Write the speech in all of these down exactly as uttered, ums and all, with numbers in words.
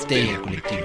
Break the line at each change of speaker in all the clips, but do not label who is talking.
Histeria Colectiva.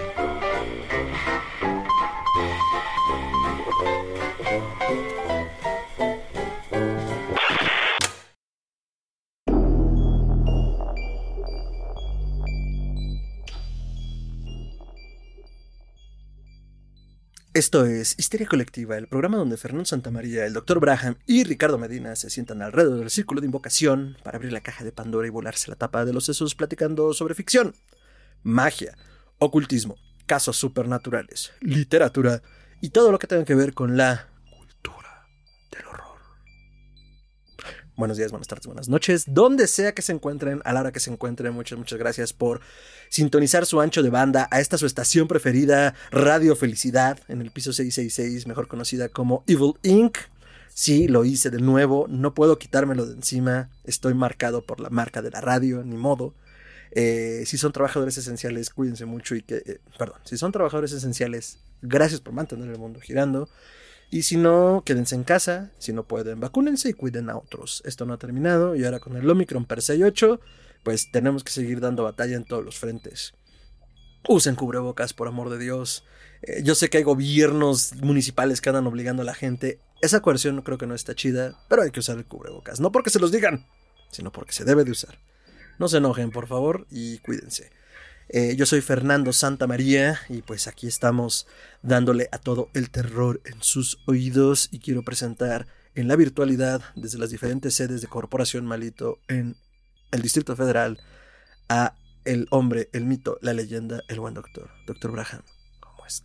Esto es Histeria Colectiva, el programa donde Fernando Santamaría, el doctor Braham y Ricardo Medina se sientan alrededor del círculo de invocación para abrir la caja de Pandora y volarse la tapa de los sesos platicando sobre ficción, magia, ocultismo, casos supernaturales, literatura y todo lo que tenga que ver con la cultura del horror. Buenos días, buenas tardes, buenas noches, donde sea que se encuentren, a la hora que se encuentren. Muchas, muchas gracias por sintonizar su ancho de banda a esta su estación preferida, Radio Felicidad, en el piso seiscientos sesenta y seis, mejor conocida como Evil incorporated. Sí, lo hice de nuevo, no puedo quitármelo de encima, estoy marcado por la marca de la radio, ni modo. Eh, si son trabajadores esenciales, cuídense mucho y que, eh, perdón, si son trabajadores esenciales, gracias por mantener el mundo girando. Y si no, quédense en casa, si no pueden, vacúnense y cuiden a otros. Esto no ha terminado y ahora con el Omicron per seiscientos ocho, pues tenemos que seguir dando batalla en todos los frentes. Usen cubrebocas, por amor de Dios. Eh, yo sé que hay gobiernos municipales que andan obligando a la gente. Esa coerción creo que no está chida, pero hay que usar el cubrebocas. No porque se los digan, sino porque se debe de usar. No se enojen, por favor, y cuídense. Eh, yo soy Fernando Santamaría y pues aquí estamos dándole a todo el terror en sus oídos y quiero presentar en la virtualidad desde las diferentes sedes de Corporación Malito en el Distrito Federal a el hombre, el mito, la leyenda, el buen doctor, doctor Braham. ¿Cómo está?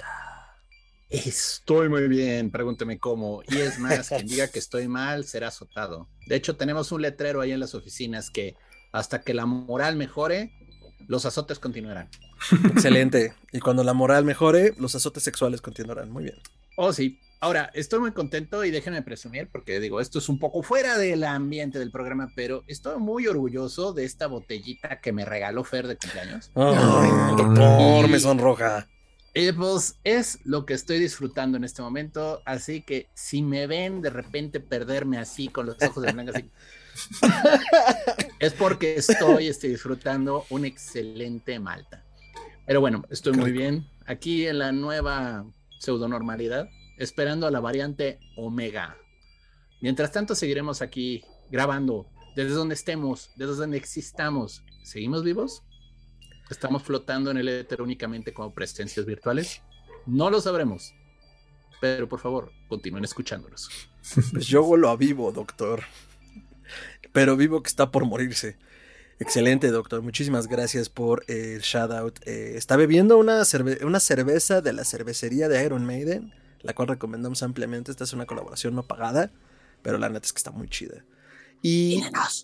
Estoy muy bien, pregúnteme cómo. Y es más, quien diga que estoy mal será azotado. De hecho, tenemos un letrero ahí en las oficinas que hasta que la moral mejore, los azotes continuarán.
Excelente. Y cuando la moral mejore, los azotes sexuales continuarán. Muy bien.
Oh, sí. Ahora, estoy muy contento y déjenme presumir, porque digo, esto es un poco fuera del ambiente del programa, pero estoy muy orgulloso de esta botellita que me regaló Fer de cumpleaños.
Oh, doctor, me sonroja.
Y pues es lo que estoy disfrutando en este momento, así que si me ven de repente perderme así con los ojos de blanco, así, es porque estoy, estoy disfrutando un excelente malta. Pero bueno, estoy muy bien aquí en la nueva pseudonormalidad, esperando a la variante Omega. Mientras tanto seguiremos aquí grabando desde donde estemos, desde donde existamos. ¿Seguimos vivos? ¿Estamos flotando en el éter únicamente como presencias virtuales? No lo sabremos, pero por favor, continúen escuchándonos.
Pues yo vuelo a vivo, doctor. Pero vivo que está por morirse. Excelente, doctor. Muchísimas gracias por eh, el shout out. Eh, está bebiendo una, cerve- una cerveza de la cervecería de Iron Maiden, la cual recomendamos ampliamente. Esta es una colaboración no pagada, pero la neta es que está muy chida. Y...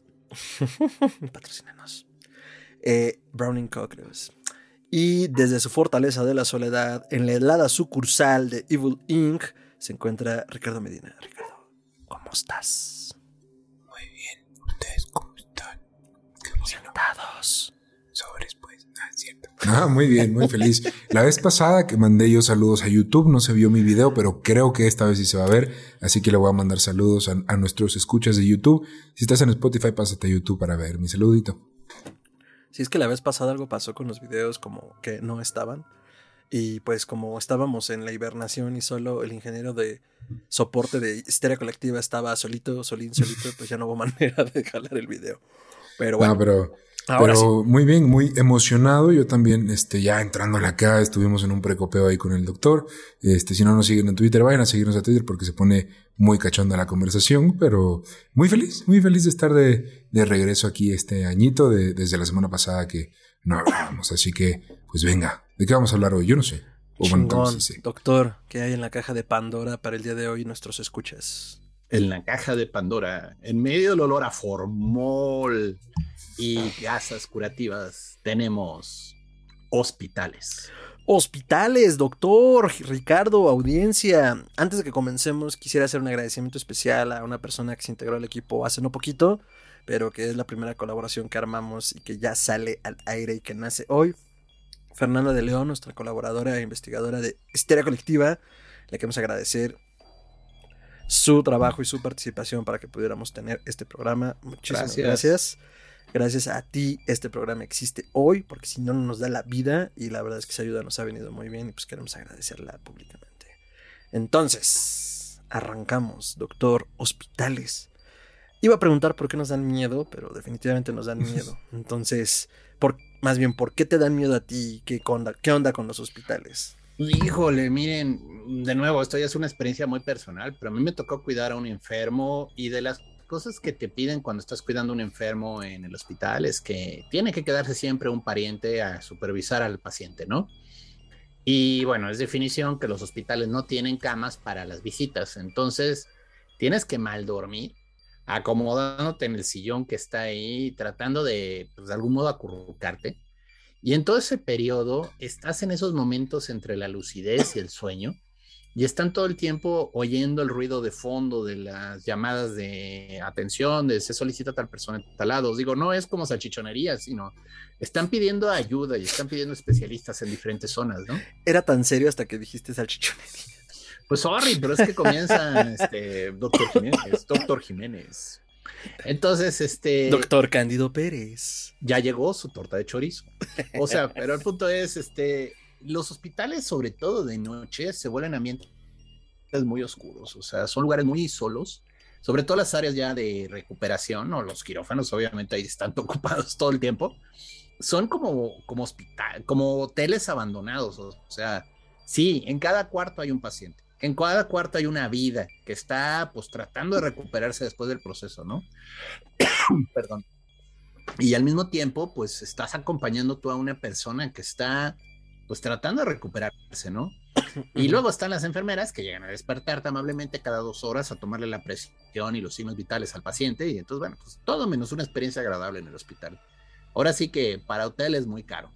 Patrocínanos. Eh, Browning Cockroach. Y desde su fortaleza de la soledad, en la helada sucursal de Evil incorporated, se encuentra Ricardo Medina. Ricardo, ¿cómo estás?
Muy bien. ¿Ustedes cómo están?
Sentados.
Sobres, pues. Ah, cierto. Ah, muy bien, muy feliz. La vez pasada que mandé yo saludos a YouTube, no se vio mi video, pero creo que esta vez sí se va a ver. Así que le voy a mandar saludos a, a nuestros escuchas de YouTube. Si estás en Spotify, pásate a YouTube para ver mi saludito.
Si es que la vez pasada algo pasó con los videos como que no estaban. Y pues como estábamos en la hibernación y solo el ingeniero de soporte de Histeria Colectiva estaba solito, solín, solito, pues ya no hubo manera de jalar el video. Pero bueno.
No, pero,
ahora
pero
sí.
Muy bien, muy emocionado. Yo también, este, ya entrando acá, estuvimos en un precopeo ahí con el doctor. Este, si no nos siguen en Twitter, vayan a seguirnos a Twitter porque se pone muy cachonda la conversación, pero muy feliz, muy feliz de estar de, de regreso aquí este añito, de, desde la semana pasada que no hablábamos. Así que, pues venga, ¿de qué vamos a hablar hoy? Yo no sé. O bueno,
Chingón,
entonces, sí.
doctor, ¿qué hay en la caja de Pandora para el día de hoy nuestros escuchas?
En la caja de Pandora, en medio del olor a formol y gasas curativas, tenemos hospitales.
Hospitales, doctor, Ricardo, audiencia. Antes de que comencemos, quisiera hacer un agradecimiento especial a una persona que se integró al equipo hace no poquito, pero que es la primera colaboración que armamos y que ya sale al aire y que nace hoy. Fernanda de León, nuestra colaboradora e investigadora de Histeria Colectiva. Le queremos agradecer su trabajo y su participación para que pudiéramos tener este programa. Muchísimas gracias. gracias. Gracias a ti este programa existe hoy, porque si no, no nos da la vida y la verdad es que esa ayuda nos ha venido muy bien y pues queremos agradecerla públicamente. Entonces, arrancamos, doctor. Hospitales. Iba a preguntar por qué nos dan miedo, pero definitivamente nos dan miedo. Entonces, por, más bien, ¿por qué te dan miedo a ti? ¿Qué onda, qué onda con los hospitales?
Híjole, miren, de nuevo, esto ya es una experiencia muy personal, pero a mí me tocó cuidar a un enfermo y de las cosas que te piden cuando estás cuidando a un enfermo en el hospital es que tiene que quedarse siempre un pariente a supervisar al paciente, ¿no? Y bueno, es definición que los hospitales no tienen camas para las visitas, entonces tienes que mal dormir, acomodándote en el sillón que está ahí, tratando de, pues, de algún modo acurrucarte. Y en todo ese periodo estás en esos momentos entre la lucidez y el sueño y están todo el tiempo oyendo el ruido de fondo de las llamadas de atención, de se solicita tal persona en tal lado. Digo, no es como salchichonería, sino están pidiendo ayuda y están pidiendo especialistas en diferentes zonas, ¿no?
Era tan serio hasta que dijiste salchichonería.
Pues sorry, pero es que comienza este, doctor Jiménez, doctor Jiménez. Entonces, este...
Doctor Cándido Pérez.
Ya llegó su torta de chorizo. O sea, pero el punto es, este, los hospitales, sobre todo de noche, se vuelven ambientes muy oscuros. O sea, son lugares muy solos. Sobre todo las áreas ya de recuperación, o los quirófanos, obviamente, ahí están ocupados todo el tiempo. Son como, como hospital, como hoteles abandonados. O sea, sí, en cada cuarto hay un paciente. En cada cuarto hay una vida que está, pues, tratando de recuperarse después del proceso, ¿no? Perdón. Y al mismo tiempo, pues, estás acompañando tú a una persona que está, pues, tratando de recuperarse, ¿no? Y luego están las enfermeras que llegan a despertarte amablemente cada dos horas a tomarle la presión y los signos vitales al paciente. Y entonces, bueno, pues, todo menos una experiencia agradable en el hospital. Ahora sí que para hotel es muy caro.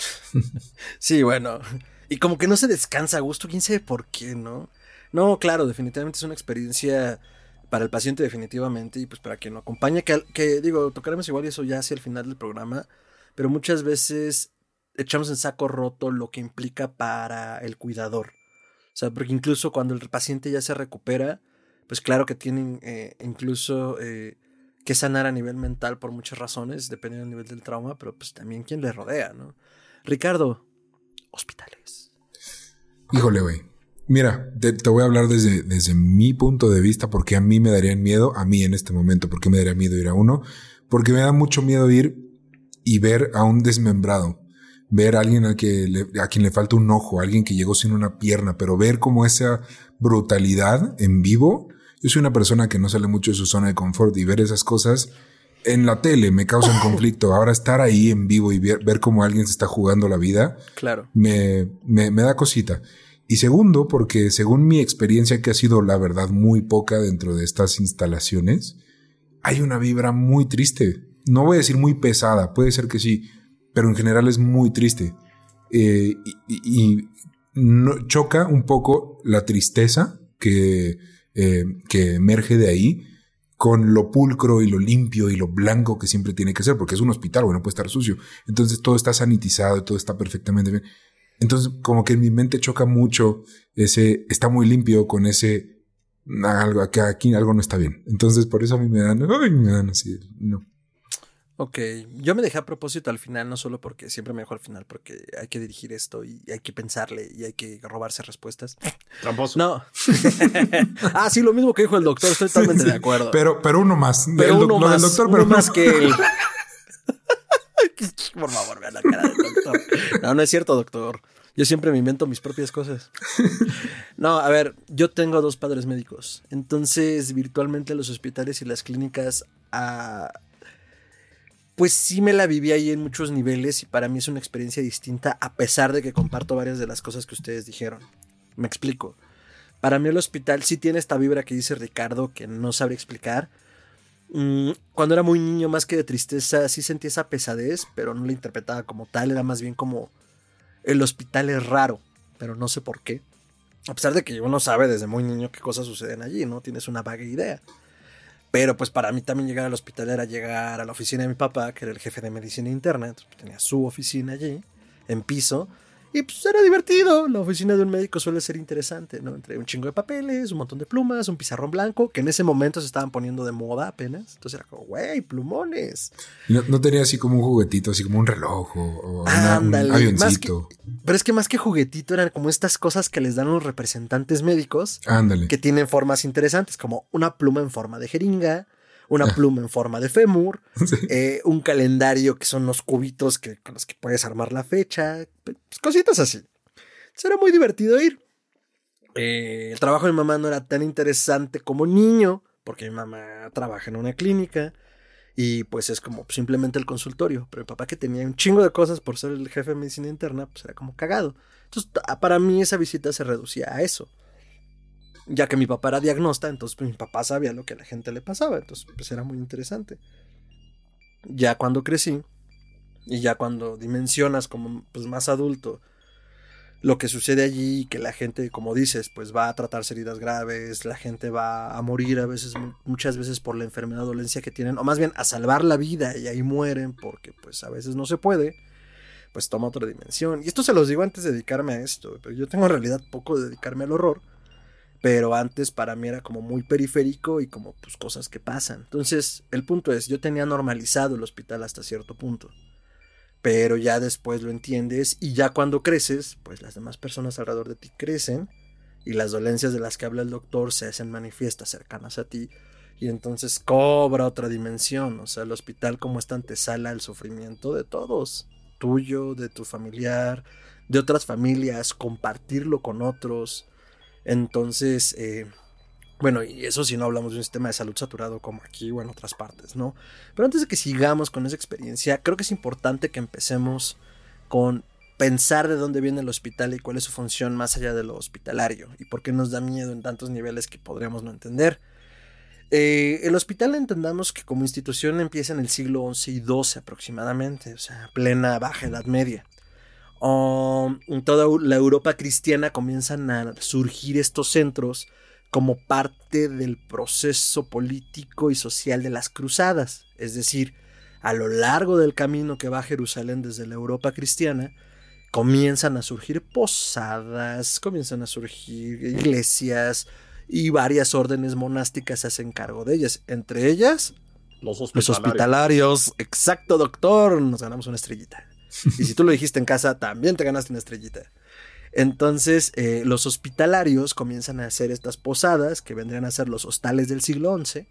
Sí, bueno... Y como que no se descansa a gusto, quién sabe por qué, ¿no? No, claro, definitivamente es una experiencia para el paciente definitivamente y pues para quien lo acompaña, que, que digo, tocaremos igual eso ya hacia el final del programa, pero muchas veces echamos en saco roto lo que implica para el cuidador. O sea, porque incluso cuando el paciente ya se recupera, pues claro que tienen eh, incluso eh, que sanar a nivel mental por muchas razones, dependiendo del nivel del trauma, pero pues también quien le rodea, ¿no? Ricardo, hospitales.
Híjole, güey. Mira, te, te voy a hablar desde, desde mi punto de vista, porque a mí me darían miedo, a mí en este momento, porque me daría miedo ir a uno, porque me da mucho miedo ir y ver a un desmembrado, ver a alguien a, que le, a quien le falta un ojo, a alguien que llegó sin una pierna, pero ver como esa brutalidad en vivo. Yo soy una persona que no sale mucho de su zona de confort y ver esas cosas en la tele me causan conflicto. Ahora estar ahí en vivo y ver, ver cómo alguien se está jugando la vida,
claro,
me, me, me da cosita. Y segundo, porque según mi experiencia, que ha sido la verdad muy poca dentro de estas instalaciones, hay una vibra muy triste. No voy a decir muy pesada, puede ser que sí, pero en general es muy triste. Eh, y y no, choca un poco la tristeza que, eh, que emerge de ahí con lo pulcro y lo limpio y lo blanco que siempre tiene que ser, porque es un hospital, bueno, puede estar sucio. Entonces todo está sanitizado y todo está perfectamente bien. Entonces, como que en mi mente choca mucho ese, está muy limpio con ese, algo, que aquí algo no está bien. Entonces, por eso a mí me dan, ay, me dan así, no.
Ok, yo me dejé a propósito al final, no solo porque siempre me dejo al final, porque hay que dirigir esto y hay que pensarle y hay que robarse respuestas.
Tramposo.
No. Ah, sí, lo mismo que dijo el doctor, estoy totalmente sí, sí. de acuerdo.
Pero, pero uno más.
Pero
el,
uno
lo
más,
del doctor,
uno
pero
más
no.
que él. Por favor, vean la cara del doctor. No, no es cierto, doctor. Yo siempre me invento mis propias cosas. No, a ver, yo tengo dos padres médicos. Entonces, virtualmente los hospitales y las clínicas, ah, pues sí me la viví ahí en muchos niveles y para mí es una experiencia distinta, a pesar de que comparto varias de las cosas que ustedes dijeron. Me explico. Para mí el hospital sí tiene esta vibra que dice Ricardo, que no sabré explicar. Cuando era muy niño, más que de tristeza, sí sentí esa pesadez, pero no la interpretaba como tal, era más bien como el hospital es raro, pero no sé por qué. A pesar de que uno sabe desde muy niño qué cosas suceden allí, ¿no? Tienes una vaga idea. Pero pues para mí también llegar al hospital era llegar a la oficina de mi papá, que era el jefe de medicina interna, entonces tenía su oficina allí, en piso, Y pues era divertido. La oficina de un médico suele ser interesante, ¿no? Entre un chingo de papeles, un montón de plumas, un pizarrón blanco, que en ese momento se estaban poniendo de moda apenas. Entonces era como, güey, plumones.
No, no tenía así como un juguetito, así como un reloj o, o una,
Ándale,
un avioncito.
Que, pero es que más que juguetito eran como estas cosas que les dan los representantes médicos.
Ándale.
Que tienen formas interesantes, como una pluma en forma de jeringa, una pluma en forma de fémur, sí. eh, un calendario que son los cubitos que, con los que puedes armar la fecha, pues, cositas así. Entonces era muy divertido ir. Eh, el trabajo de mi mamá no era tan interesante como niño, porque mi mamá trabaja en una clínica y pues es como simplemente el consultorio. Pero mi papá, que tenía un chingo de cosas por ser el jefe de medicina interna, pues era como cagado. Entonces para mí esa visita se reducía a eso. Ya que mi papá era diagnósta, entonces pues, mi papá sabía lo que a la gente le pasaba, entonces pues era muy interesante. Ya cuando crecí, y ya cuando dimensionas como pues, más adulto lo que sucede allí, que la gente, como dices, pues va a tratarse heridas graves, la gente va a morir a veces, muchas veces por la enfermedad o dolencia que tienen, o más bien a salvar la vida y ahí mueren porque pues a veces no se puede, pues toma otra dimensión. Y esto se los digo antes de dedicarme a esto, pero yo tengo en realidad poco de dedicarme al horror. Pero antes para mí era como muy periférico y como pues cosas que pasan. Entonces el punto es, yo tenía normalizado el hospital hasta cierto punto. Pero ya después lo entiendes y ya cuando creces, pues las demás personas alrededor de ti crecen. Y las dolencias de las que habla el doctor se hacen manifiestas cercanas a ti. Y entonces cobra otra dimensión. O sea, el hospital como esta antesala al sufrimiento de todos. Tuyo, de tu familiar, de otras familias, compartirlo con otros. Entonces, eh, bueno, y eso si no hablamos de un sistema de salud saturado como aquí o en otras partes, ¿no? Pero antes de que sigamos con esa experiencia, creo que es importante que empecemos con pensar de dónde viene el hospital y cuál es su función más allá de lo hospitalario y por qué nos da miedo en tantos niveles que podríamos no entender. Eh, el hospital, entendamos que como institución empieza en el siglo once y doce aproximadamente, o sea, plena Baja Edad Media. Um, en toda la Europa cristiana comienzan a surgir estos centros como parte del proceso político y social de las cruzadas. Es decir, a lo largo del camino que va a Jerusalén desde la Europa cristiana, comienzan a surgir posadas, comienzan a surgir iglesias y varias órdenes monásticas se hacen cargo de ellas. Entre ellas,
los hospitalarios.
Los hospitalarios. Exacto, doctor. Nos ganamos una estrellita. Y si tú lo dijiste en casa, también te ganaste una estrellita. Entonces, eh, los hospitalarios comienzan a hacer estas posadas, que vendrían a ser los hostales del siglo once,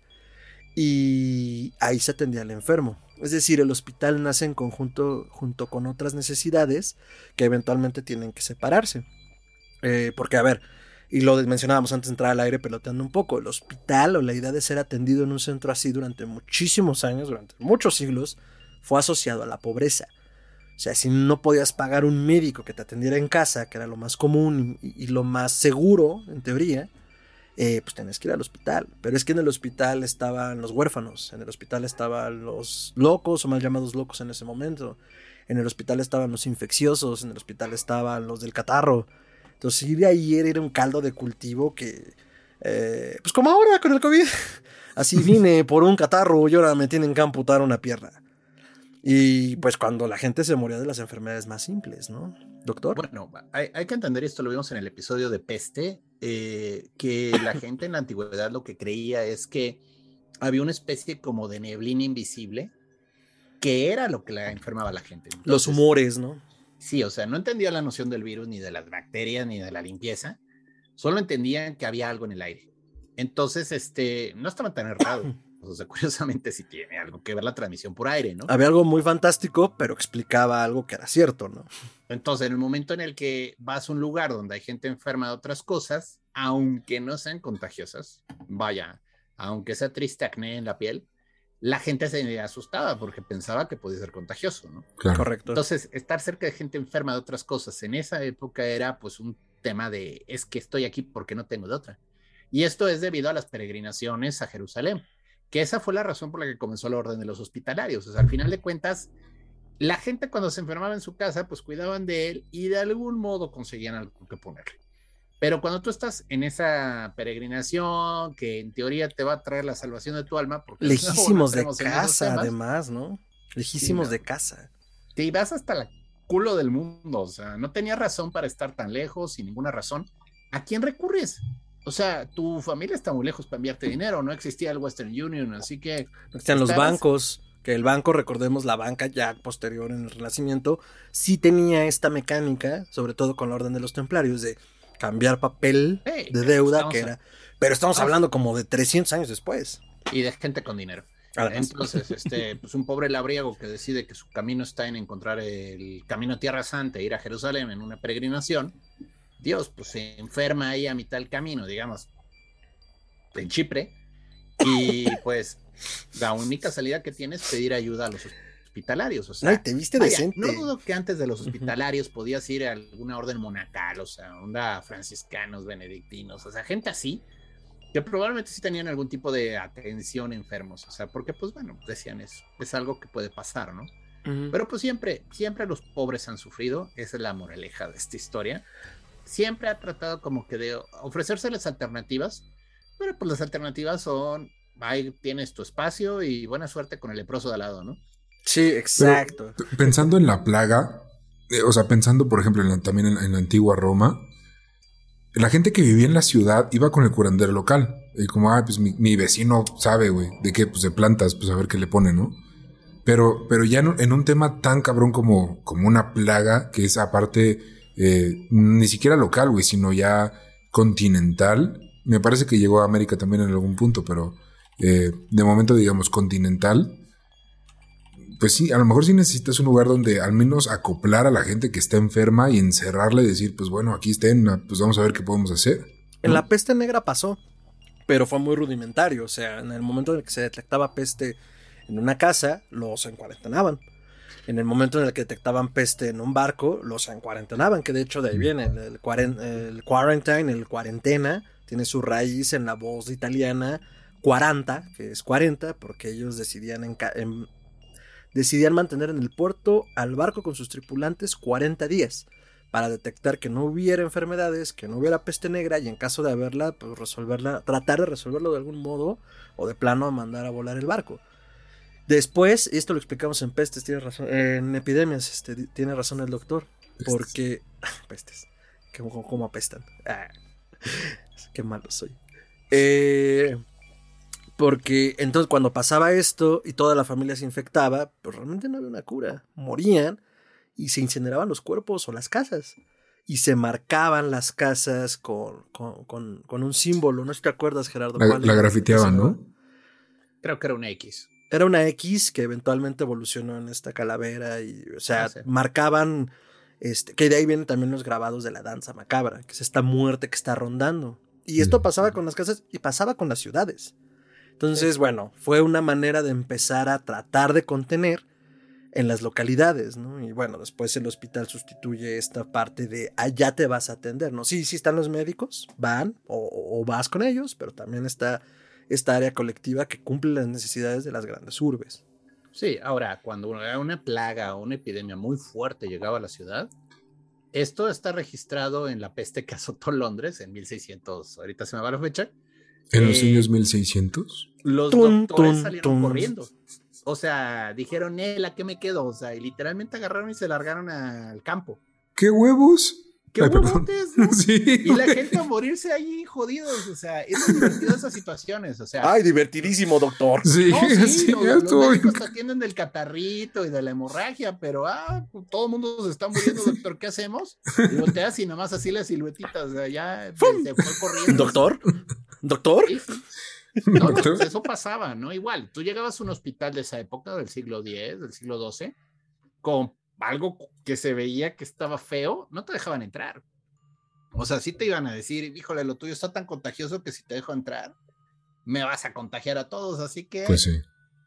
y ahí se atendía al enfermo. Es decir, el hospital nace en conjunto junto con otras necesidades que eventualmente tienen que separarse. Eh, porque, a ver, y lo mencionábamos antes de entrar al aire peloteando un poco, el hospital o la idea de ser atendido en un centro así durante muchísimos años, durante muchos siglos, fue asociado a la pobreza. O sea, si no podías pagar un médico que te atendiera en casa, que era lo más común y, y lo más seguro, en teoría, eh, pues tenías que ir al hospital. Pero es que en el hospital estaban los huérfanos, en el hospital estaban los locos, o mal llamados locos en ese momento. En el hospital estaban los infecciosos, en el hospital estaban los del catarro. Entonces ir de ahí era un caldo de cultivo que, eh, pues como ahora con el COVID. Así vine por un catarro y ahora me tienen que amputar una pierna. Y pues cuando la gente se moría de las enfermedades más simples, ¿no, doctor?
Bueno, hay, hay que entender esto, lo vimos en el episodio de Peste, eh, que la gente en la antigüedad lo que creía es que había una especie como de neblina invisible que era lo que la enfermaba a la gente. Entonces,
los humores, ¿no?
Sí, o sea, no entendía la noción del virus, ni de las bacterias, ni de la limpieza, solo entendían que había algo en el aire. Entonces, este, no estaba tan errado. O sea, curiosamente sí tiene algo que ver la transmisión por aire, ¿no?
Había algo muy fantástico, pero explicaba algo que era cierto, ¿no?
Entonces, en el momento en el que vas a un lugar donde hay gente enferma de otras cosas, aunque no sean contagiosas, vaya, aunque sea triste acné en la piel, la gente se asustaba porque pensaba que podía ser contagioso, ¿no?
Claro. Correcto.
Entonces, estar cerca de gente enferma de otras cosas en esa época era pues un tema de, es que estoy aquí porque no tengo de otra. Y esto es debido a las peregrinaciones a Jerusalén, que esa fue la razón por la que comenzó la orden de los hospitalarios. O sea, al final de cuentas, la gente cuando se enfermaba en su casa, pues cuidaban de él y de algún modo conseguían algo que ponerle. Pero cuando tú estás en esa peregrinación, que en teoría te va a traer la salvación de tu alma, porque
lejísimos no, de casa, además, ¿no? Lejísimos sí, no. de casa.
Te vas hasta la culo del mundo, o sea, no tenía razón para estar tan lejos, sin ninguna razón. ¿A quién recurres? O sea, tu familia está muy lejos para enviarte dinero, no existía el Western Union, así que...
No existían los bancos, que el banco, recordemos, la banca ya posterior en el Renacimiento, sí tenía esta mecánica, sobre todo con la Orden de los Templarios, de cambiar papel hey, de deuda, que era... A... Pero estamos hablando como de trescientos años después.
Y de gente con dinero. Además. Entonces, este, pues un pobre labriego que decide que su camino está en encontrar el camino a Tierra Santa, ir a Jerusalén en una peregrinación, Dios, pues se enferma ahí a mitad del camino, digamos, en Chipre, y pues la única salida que tiene es pedir ayuda a los hospitalarios. O sea,
ay, te viste
vaya,
decente.
No dudo que antes de los hospitalarios podías ir a alguna orden monacal, o sea, onda franciscanos, benedictinos, o sea, gente así, que probablemente sí tenían algún tipo de atención a enfermos, o sea, porque pues bueno, decían eso, es algo que puede pasar, ¿no? Uh-huh. Pero pues siempre, siempre los pobres han sufrido, esa es la moraleja de esta historia. Siempre ha tratado como que de ofrecérseles alternativas, pero pues las alternativas son, ahí tienes tu espacio y buena suerte con el leproso de al lado, ¿no?
Sí, exacto.
Pero, pensando en la plaga, eh, o sea, pensando por ejemplo en la, también en, en la antigua Roma, la gente que vivía en la ciudad iba con el curandero local. Y como, ah, pues mi, mi vecino sabe, güey, de qué, pues de plantas, pues a ver qué le pone, ¿no? Pero, pero ya en, en un tema tan cabrón como, como una plaga, que es aparte, eh, ni siquiera local, güey, sino ya continental. Me parece que llegó a América también en algún punto, pero eh, de momento, digamos, continental. Pues sí, a lo mejor sí necesitas un lugar donde al menos acoplar a la gente que está enferma y encerrarla y decir, pues bueno, aquí estén, pues vamos a ver qué podemos hacer, ¿no?
En la peste negra pasó, pero fue muy rudimentario. O sea, en el momento en el que se detectaba peste en una casa, los encuarentenaban. En el momento en el que detectaban peste en un barco, los encuarentenaban, que de hecho de ahí viene el, el, cuaren, el quarantine, el cuarentena, tiene su raíz en la voz italiana cuarenta, que es cuarenta, porque ellos decidían en, en decidían mantener en el puerto al barco con sus tripulantes cuarenta días para detectar que no hubiera enfermedades, que no hubiera peste negra y en caso de haberla, pues resolverla, tratar de resolverlo de algún modo o de plano mandar a volar el barco. Después, y esto lo explicamos en pestes, tiene razón, en epidemias, este, tiene razón el doctor, porque pestes, como, como apestan, ah, qué malo soy. Eh... Porque entonces cuando pasaba esto y toda la familia se infectaba, pues realmente no había una cura. Morían y se incineraban los cuerpos o las casas. Y se marcaban las casas con, con, con, con un símbolo. No sé si te acuerdas, Gerardo.
La, la grafiteaban, ¿no?
Creo que era una X.
Era una X que eventualmente evolucionó en esta calavera. Y, o sea, ah, sí. marcaban, este, que de ahí vienen también los grabados de la danza macabra, que es esta muerte que está rondando. Y esto pasaba con las casas y pasaba con las ciudades. Entonces, sí. bueno, fue una manera de empezar a tratar de contener en las localidades, ¿no? Y bueno, después el hospital sustituye esta parte de allá te vas a atender, ¿no? Sí, sí están los médicos, van o, o vas con ellos, pero también está esta área colectiva que cumple las necesidades de las grandes urbes.
Sí, ahora, cuando una plaga o una epidemia muy fuerte llegaba a la ciudad, esto está registrado en la peste que azotó Londres en mil seiscientos, ahorita se me va la fecha.
¿En los eh, años mil seiscientos?
Los tun, doctores tun, salieron tun. corriendo. O sea, dijeron, ¿eh, ¿a qué me quedo? O sea, y literalmente agarraron y se largaron al campo.
¿Qué huevos?
¿Qué Ay, huevotes? ¿No? Sí, y la gente a morirse ahí jodidos. O sea, es muy divertido esas situaciones. O sea,
ay, divertidísimo, doctor.
Sí, no, sí, sí los, los médicos te atienden del catarrito y de la hemorragia, pero ah, todo el mundo se está muriendo, doctor, ¿qué hacemos? Y volteas y nomás así las siluetitas, o sea, ya se fue corriendo.
¿Doctor? ¿Doctor?
Sí, sí. No, no, pues eso pasaba, ¿no? Igual, tú llegabas a un hospital de esa época, del siglo diez, del siglo doce, con algo que se veía que estaba feo, no te dejaban entrar. O sea, sí te iban a decir, híjole, lo tuyo está tan contagioso que si te dejo entrar, me vas a contagiar a todos, así que
pues sí.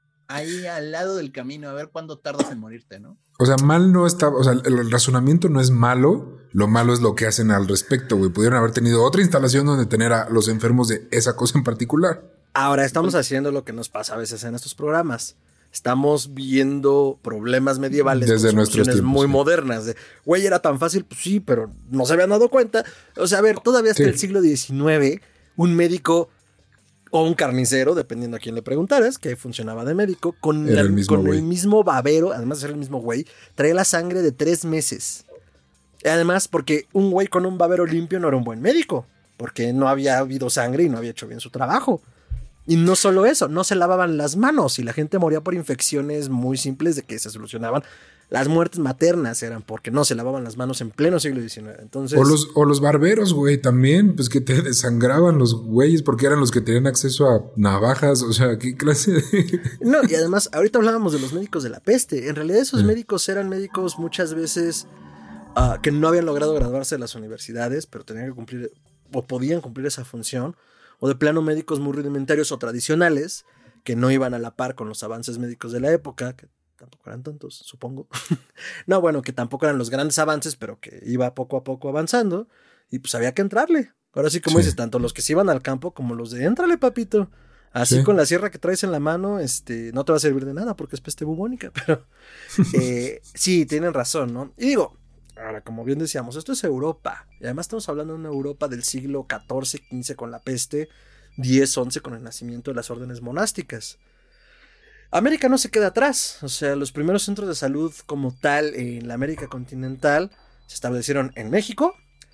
Ahí al lado del camino, a ver cuándo tardas en morirte, ¿no?
O sea, mal no está, o sea, el razonamiento no es malo, lo malo es lo que hacen al respecto, güey. Pudieron haber tenido otra instalación donde tener a los enfermos de esa cosa en particular.
Ahora estamos haciendo lo que nos pasa a veces en estos programas. Estamos viendo problemas medievales
desde nuestros tiempos,
muy
sí.
modernas. De, güey, era tan fácil, pues sí, pero no se habían dado cuenta. O sea, a ver, todavía hasta sí. el siglo diecinueve, un médico o un carnicero, dependiendo a quién le preguntaras, que funcionaba de médico, con,
Era
el,
el mismo
con
güey.
el mismo babero, además de ser el mismo güey, traía la sangre de tres meses. Además, porque un güey con un babero limpio no era un buen médico, porque no había habido sangre y no había hecho bien su trabajo. Y no solo eso, no se lavaban las manos y la gente moría por infecciones muy simples de que se solucionaban. Las muertes maternas eran porque no se lavaban las manos en pleno siglo diecinueve. Entonces,
O los, o los barberos, güey, también, pues que te desangraban los güeyes porque eran los que tenían acceso a navajas, o sea, ¿qué clase de...?
no, y además, ahorita hablábamos de los médicos de la peste. En realidad esos
Mm.
médicos eran médicos muchas veces uh, que no habían logrado graduarse de las universidades, pero tenían que cumplir, o podían cumplir esa función, o de plano médicos muy rudimentarios o tradicionales, que no iban a la par con los avances médicos de la época, que tampoco eran tantos, supongo. No, bueno, que tampoco eran los grandes avances, pero que iba poco a poco avanzando, y pues había que entrarle. Ahora sí, como
Sí.
dices, tanto los que se iban al campo como los de éntrale, papito. Así
Sí.
con la sierra que traes en la mano, este, no te va a servir de nada porque es peste bubónica, pero eh, sí, tienen razón, ¿no? Y digo, ahora, como bien decíamos, esto es Europa, y además estamos hablando de una Europa del siglo catorce, quince con la peste, diez, once con el nacimiento de las órdenes monásticas. América no se queda atrás, o sea, los primeros centros de salud como tal en la América continental se establecieron en México,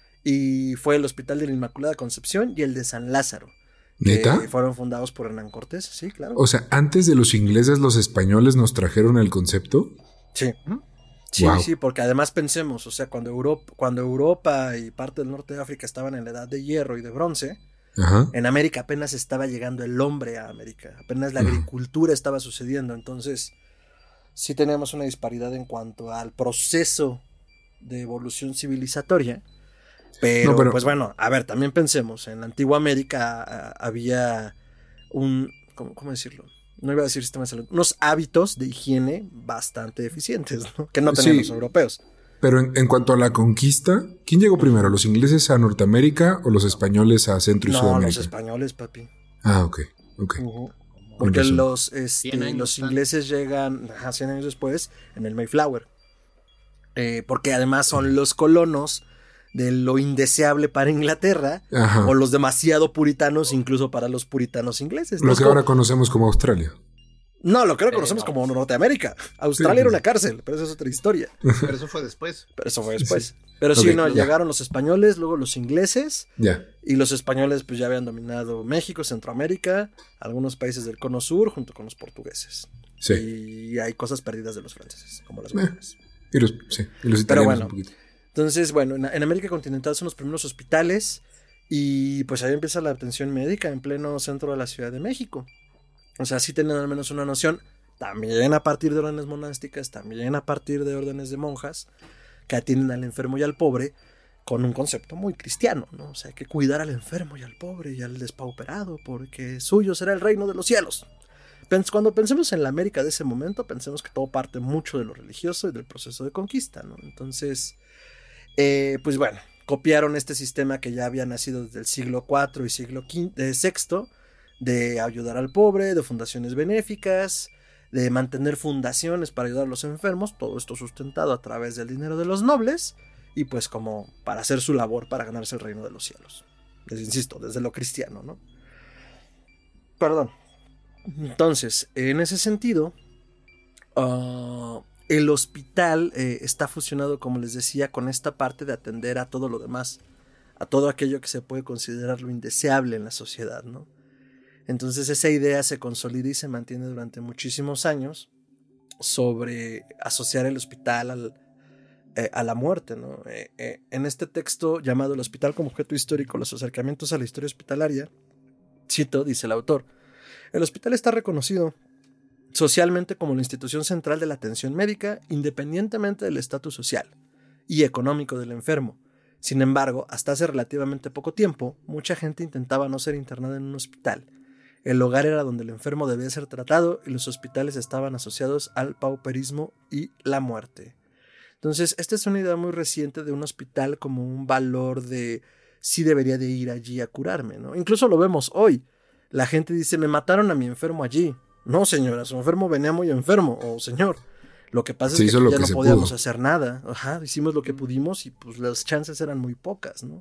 y fue el Hospital de la Inmaculada Concepción y el de San Lázaro.
¿Neta?
Que fueron fundados por Hernán Cortés, sí, claro.
O sea, antes de los ingleses, los españoles nos trajeron el concepto.
Sí. Sí,
Wow.
sí, porque además pensemos, o sea, cuando Europa, cuando Europa y parte del norte de África estaban en la edad de hierro y de bronce,
Ajá.
en América apenas estaba llegando el hombre a América, apenas la
Ajá.
agricultura estaba sucediendo, entonces sí tenemos una disparidad en cuanto al proceso de evolución civilizatoria, pero,
No, pero-
pues bueno, a ver, también pensemos, en la antigua América a, había un, ¿cómo, cómo decirlo? No iba a decir sistema de salud, unos hábitos de higiene bastante eficientes, ¿no? Que no tenían
Sí.
los europeos.
Pero en, en cuanto a la conquista, ¿quién llegó primero? ¿Los ingleses a Norteamérica o los españoles a Centro y
No,
Sudamérica?
los españoles, papi.
Ah, ok, ok.
Ujú.
Con
Porque
razón.
los, este,
cien años
los
antes.
ingleses llegan ajá, cien años después en el Mayflower. Eh, porque además son los colonos de lo indeseable para Inglaterra
Ajá.
o los demasiado puritanos incluso para los puritanos ingleses.
Lo
Es
que
como-
ahora conocemos como Australia.
No, lo creo que
Eh,
conocemos
no.
como Norteamérica. Australia
Sí,
era
sí.
una cárcel, pero eso es otra historia.
Pero eso fue después.
Pero eso fue después. Pero sí,
Ok,
no,
ya.
llegaron los españoles, luego los ingleses.
Ya.
Y los españoles pues ya habían dominado México, Centroamérica, algunos países del cono sur junto con los portugueses.
Sí.
Y hay cosas perdidas de los franceses, como las
Eh.
guerras.
Y los, sí, y los
Pero
italianos
bueno.
un poquito.
Entonces, bueno, en, en América continental son los primeros hospitales y pues ahí empieza la atención médica en pleno centro de la Ciudad de México. O sea, sí tienen al menos una noción, también a partir de órdenes monásticas, también a partir de órdenes de monjas, que atienden al enfermo y al pobre con un concepto muy cristiano, ¿no? O sea, hay que cuidar al enfermo y al pobre y al despauperado porque suyo será el reino de los cielos. Pens- Cuando pensemos en la América de ese momento, pensemos que todo parte mucho de lo religioso y del proceso de conquista, ¿no? Entonces, eh, pues bueno, copiaron este sistema que ya había nacido desde el siglo cuarto y siglo quinto, eh, sexto, de ayudar al pobre, de fundaciones benéficas, de mantener fundaciones para ayudar a los enfermos, todo esto sustentado a través del dinero de los nobles, y pues como para hacer su labor para ganarse el reino de los cielos. Les insisto, desde lo cristiano, ¿no? Perdón. Entonces, en ese sentido, uh, el hospital eh, está fusionado, como les decía, con esta parte de atender a todo lo demás, a todo aquello que se puede considerar lo indeseable en la sociedad, ¿no? Entonces esa idea se consolida y se mantiene durante muchísimos años sobre asociar el hospital al, eh, a la muerte, ¿no? Eh, eh, en este texto llamado El hospital como objeto histórico, los acercamientos a la historia hospitalaria, cito, dice el autor, el hospital está reconocido socialmente como la institución central de la atención médica, independientemente del estatus social y económico del enfermo. Sin embargo, hasta hace relativamente poco tiempo, mucha gente intentaba no ser internada en un hospital. El hogar era donde el enfermo debía ser tratado y los hospitales estaban asociados al pauperismo y la muerte. Entonces, esta es una idea muy reciente de un hospital como un valor de sí debería de ir allí a curarme, ¿no? Incluso lo vemos hoy. La gente dice, me mataron a mi enfermo allí. No, señora, su enfermo venía muy enfermo. O, señor, lo que pasa
Se
es que
hizo
aquí
lo
ya
que
no
se
podíamos
pudo.
hacer nada. Ajá, hicimos lo que pudimos y pues las chances eran muy pocas, ¿no?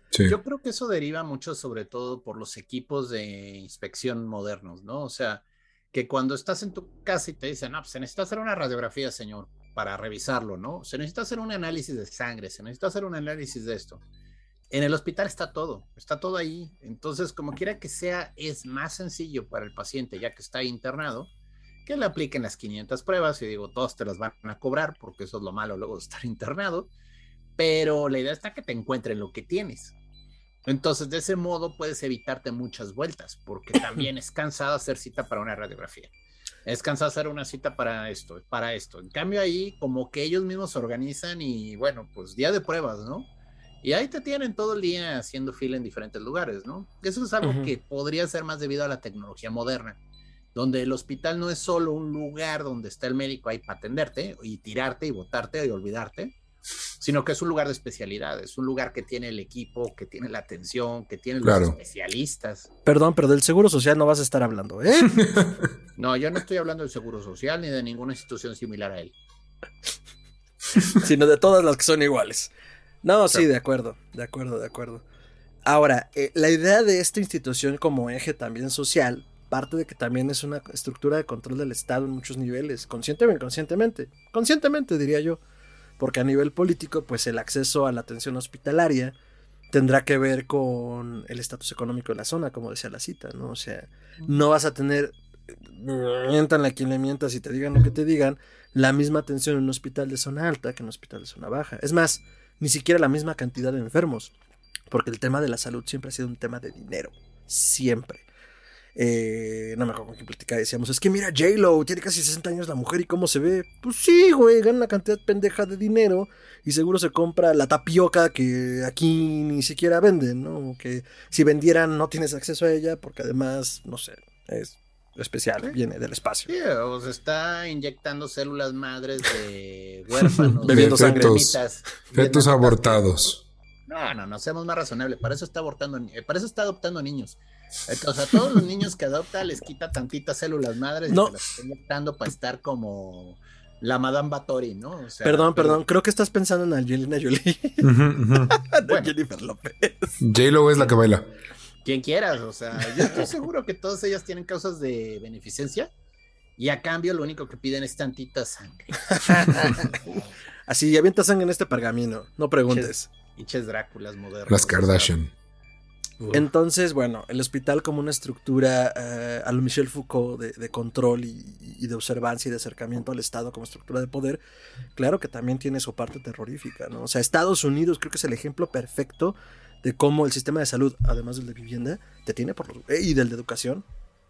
Sí.
Yo creo que eso deriva mucho sobre todo por los equipos de inspección modernos, ¿no? O sea, que cuando estás en tu casa y te dicen, no, pues se necesita hacer una radiografía, señor, para revisarlo, ¿no? Se necesita hacer un análisis de sangre, se necesita hacer un análisis de esto. En el hospital está todo, está todo ahí. Entonces, como quiera que sea, es más sencillo para el paciente, ya que está internado, que le apliquen las quinientas pruebas, y digo, todos te las van a cobrar, porque eso es lo malo luego de estar internado, pero la idea está que te encuentren lo que tienes. Entonces, de ese modo puedes evitarte muchas vueltas, porque también es cansado hacer cita para una radiografía. Es cansado hacer una cita para esto, para esto. En cambio ahí, como que ellos mismos se organizan y, bueno, pues día de pruebas, ¿no? Y ahí te tienen todo el día haciendo fila en diferentes lugares, ¿no? Eso es algo uh-huh. que podría ser más debido a la tecnología moderna, donde el hospital no es solo un lugar donde está el médico ahí para atenderte y tirarte y botarte y olvidarte, sino que es un lugar de especialidades, un lugar que tiene el equipo, que tiene la atención, que tiene
claro.
los especialistas.
Perdón, pero del Seguro Social no vas a estar hablando, ¿eh?
No, yo no estoy hablando del Seguro Social ni de ninguna institución similar a él.
Sino de todas las que son iguales. No, sí, de acuerdo, de acuerdo, de acuerdo. Ahora, eh, la idea de esta institución como eje también social parte de que también es una estructura de control del Estado en muchos niveles, consciente o inconscientemente, conscientemente diría yo, porque a nivel político, pues el acceso a la atención hospitalaria tendrá que ver con el estatus económico de la zona, como decía la cita, ¿no? O sea, no vas a tener, mientan a quien le mientas y te digan lo que te digan, la misma atención en un hospital de zona alta que en un hospital de zona baja. Es más, ni siquiera la misma cantidad de enfermos, porque el tema de la salud siempre ha sido un tema de dinero, siempre. Eh, no me acuerdo con quién platicaba, decíamos, es que mira, J-Lo, tiene casi sesenta años la mujer y cómo se ve. Pues sí, güey, gana una cantidad pendeja de dinero y seguro se compra la tapioca que aquí ni siquiera venden, ¿no? Que si vendieran no tienes acceso a ella porque además, no sé, es especial, ¿sí? Viene del espacio.
Sí, o se está inyectando células madres de huérfanos.
Bebiendo sangre.
Fetos, fetos abortados.
No, no, no, seamos más razonables. Para eso está abortando, para eso está adoptando niños. Entonces, a todos los niños que adopta les quita tantitas células madres
no.
y se las está inyectando para estar como la Madame Báthory, ¿no? O sea,
perdón,
pero...
perdón, creo que estás pensando en Angelina Jolie.
Uh-huh, uh-huh.
Bueno. Jennifer López.
J-Lo es la que baila.
Quien quieras, o sea, yo estoy seguro que todas ellas tienen causas de beneficencia y a cambio lo único que piden es tantita sangre.
Así, avienta sangre en este pergamino, no preguntes.
Pinches Dráculas modernos.
Las Kardashian.
Uf. Entonces, bueno, el hospital como una estructura eh, a lo Michel Foucault de, de control y, y de observancia y de acercamiento al Estado como estructura de poder, claro que también tiene su parte terrorífica, ¿no? O sea, Estados Unidos creo que es el ejemplo perfecto de cómo el sistema de salud, además del de vivienda, te tiene por los, eh, y del de educación,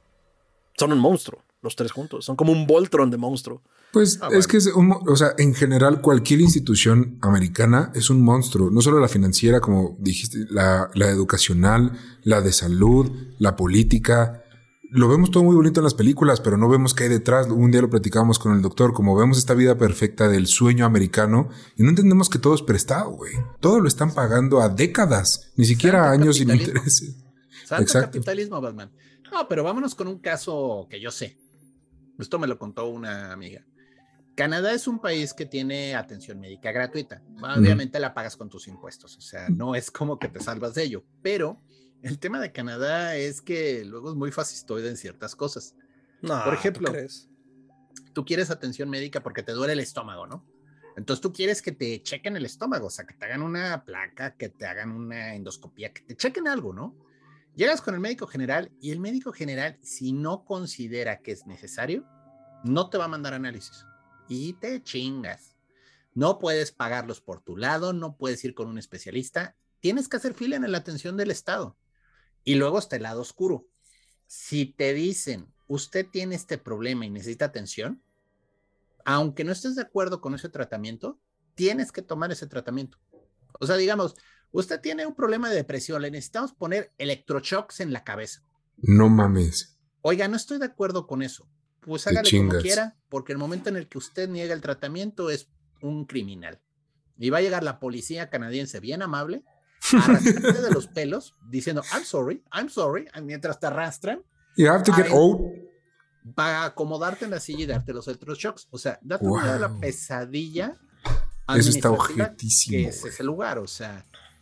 son un monstruo, los tres juntos, son como un Voltron de monstruo.
Pues
ah,
es
bueno.
que es un, o sea, en general cualquier institución americana es un monstruo, no solo la financiera, como dijiste, la, la educacional, la de salud, la política. Lo vemos todo muy bonito en las películas, pero no vemos qué hay detrás. Un día lo platicábamos con el doctor, como vemos esta vida perfecta del sueño americano y no entendemos que todo es prestado, güey. Todo lo están pagando a décadas, ni siquiera a años sin intereses.
Santo
Exacto.
capitalismo, Batman. No, pero vámonos con un caso que yo sé. Esto me lo contó una amiga. Canadá es un país que tiene atención médica gratuita. Obviamente mm. la pagas con tus impuestos, o sea, no es como que te salvas de ello, pero el tema de Canadá es que luego es muy fascistoide en ciertas cosas.
No,
por ejemplo,
¿tú crees?
Tú quieres atención médica porque te duele el estómago, ¿no? Entonces tú quieres que te chequen el estómago, o sea, que te hagan una placa, que te hagan una endoscopía, que te chequen algo, ¿no? Llegas con el médico general y el médico general, si no considera que es necesario, no te va a mandar análisis. Y te chingas. No puedes pagarlos por tu lado, no puedes ir con un especialista. Tienes que hacer fila en la atención del Estado. Y luego está el lado oscuro. Si te dicen, usted tiene este problema y necesita atención, aunque no estés de acuerdo con ese tratamiento, tienes que tomar ese tratamiento. O sea, digamos, usted tiene un problema de depresión, le necesitamos poner electroshocks en la cabeza.
No mames.
Oiga, no estoy de acuerdo con eso. Pues hágale como quiera, porque el momento en el que usted niega el tratamiento es un criminal. Y va a llegar la policía canadiense bien amable, a arrastrarte de los pelos, diciendo, I'm sorry, I'm sorry, mientras te arrastran.
You have to get out.
Va a acomodarte en la silla y darte los electroshocks. O sea, date
wow.
una idea de la pesadilla.
Eso está objetísimo.
Que es ese lugar, o sea.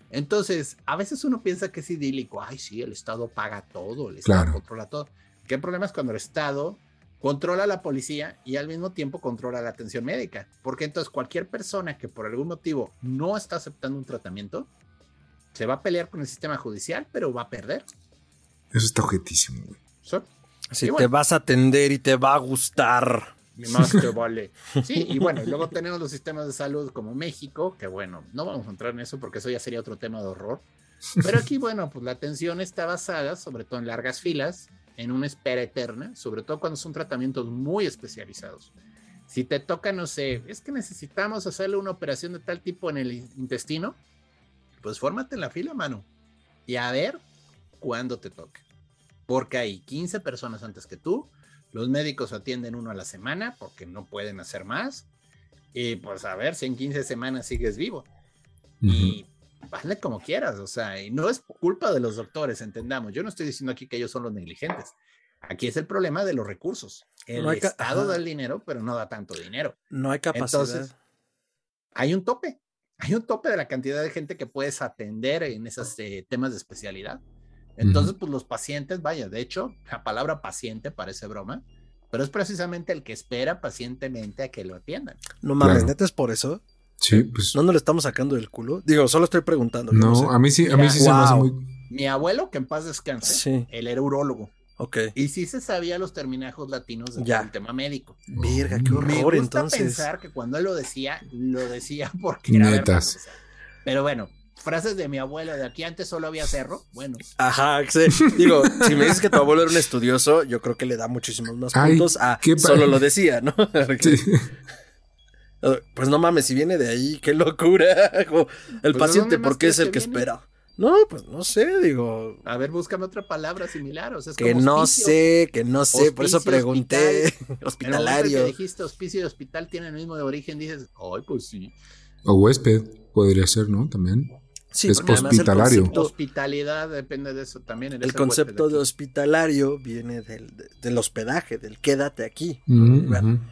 Entonces, a veces uno piensa que es idílico. Ay, sí, el Estado paga todo, el Estado
Claro.
controla todo. ¿Qué problema es cuando el Estado controla a la policía y al mismo tiempo controla la atención médica? Porque entonces cualquier persona que por algún motivo no está aceptando un tratamiento, se va a pelear con el sistema judicial, pero va a perder.
Eso está objetísimo, güey.
¿Sí?
Si
Y
te
bueno.
vas a atender y te va a gustar.
Y más te vale. Sí, y bueno, y luego tenemos los sistemas de salud como México, que bueno, no vamos a entrar en eso porque eso ya sería otro tema de horror. Pero aquí, bueno, pues la atención está basada, sobre todo en largas filas, en una espera eterna, sobre todo cuando son tratamientos muy especializados. Si te toca, no sé, es que necesitamos hacerle una operación de tal tipo en el intestino, pues fórmate en la fila, mano, y a ver cuándo te toca. Porque hay quince personas antes que tú, los médicos atienden uno a la semana porque no pueden hacer más, y pues a ver si en quince semanas sigues vivo.
Ujú.
Y hazle como quieras, o sea, y no es culpa de los doctores, entendamos. Yo no estoy diciendo aquí que ellos son los negligentes. Aquí es el problema de los recursos. El
No hay ca-
Estado
ajá.
da el dinero, pero no da tanto dinero.
No hay capacidad.
Entonces, hay un tope. Hay un tope de la cantidad de gente que puedes atender en esos eh, temas de especialidad. Entonces,
Ujú.
pues los pacientes, vaya, de hecho, la palabra paciente parece broma, pero es precisamente el que espera pacientemente a que lo atiendan.
No mames,
Claro.
¿neta es por eso?
Sí, pues.
¿No nos lo estamos sacando del culo? Digo, solo estoy preguntando. yo
No,
sé.
a mí sí, a mí
Mira,
sí se me hace
wow.
muy.
Mi abuelo, que en paz descanse,
Sí.
él era urólogo.
Ok.
Y sí se sabía los terminajos latinos del
Ya.
tema médico.
Verga, qué
Mm.
Me
horror,
gusta
entonces.
pensar que cuando él lo decía, lo decía porque era verdad.
Netas.
O sea, pero bueno, frases de mi abuelo de aquí antes solo había cerro. Bueno,
Ajá, sí. Digo, si me dices que tu abuelo era un estudioso, yo creo que le da muchísimos más
Ay,
puntos a
qué pa-
solo lo decía, ¿no?
Sí.
Pues no mames, si viene de ahí, qué locura. Como, el
Pues, ¿de
paciente,
dónde más
¿por qué es
crees
el
que
que
viene?
espera? No, pues no sé, digo.
a ver, búscame otra palabra similar. O sea, es
Que
como
no
hospicio.
sé, que no sé, por eso
Hospicio,
pregunté.
En el momento en
Hospitalario.
que dijiste hospicio y hospital tienen el mismo de origen, dices, ay, pues sí.
O huésped, podría ser, ¿no? También.
Sí,
es
porque además el
hospitalario.
concepto-
Hospitalidad depende de eso también. eres
El
el
concepto
huésped
de
aquí.
hospitalario viene del, de- del hospedaje, del quédate aquí.
Ujú,
Bueno,
ujú.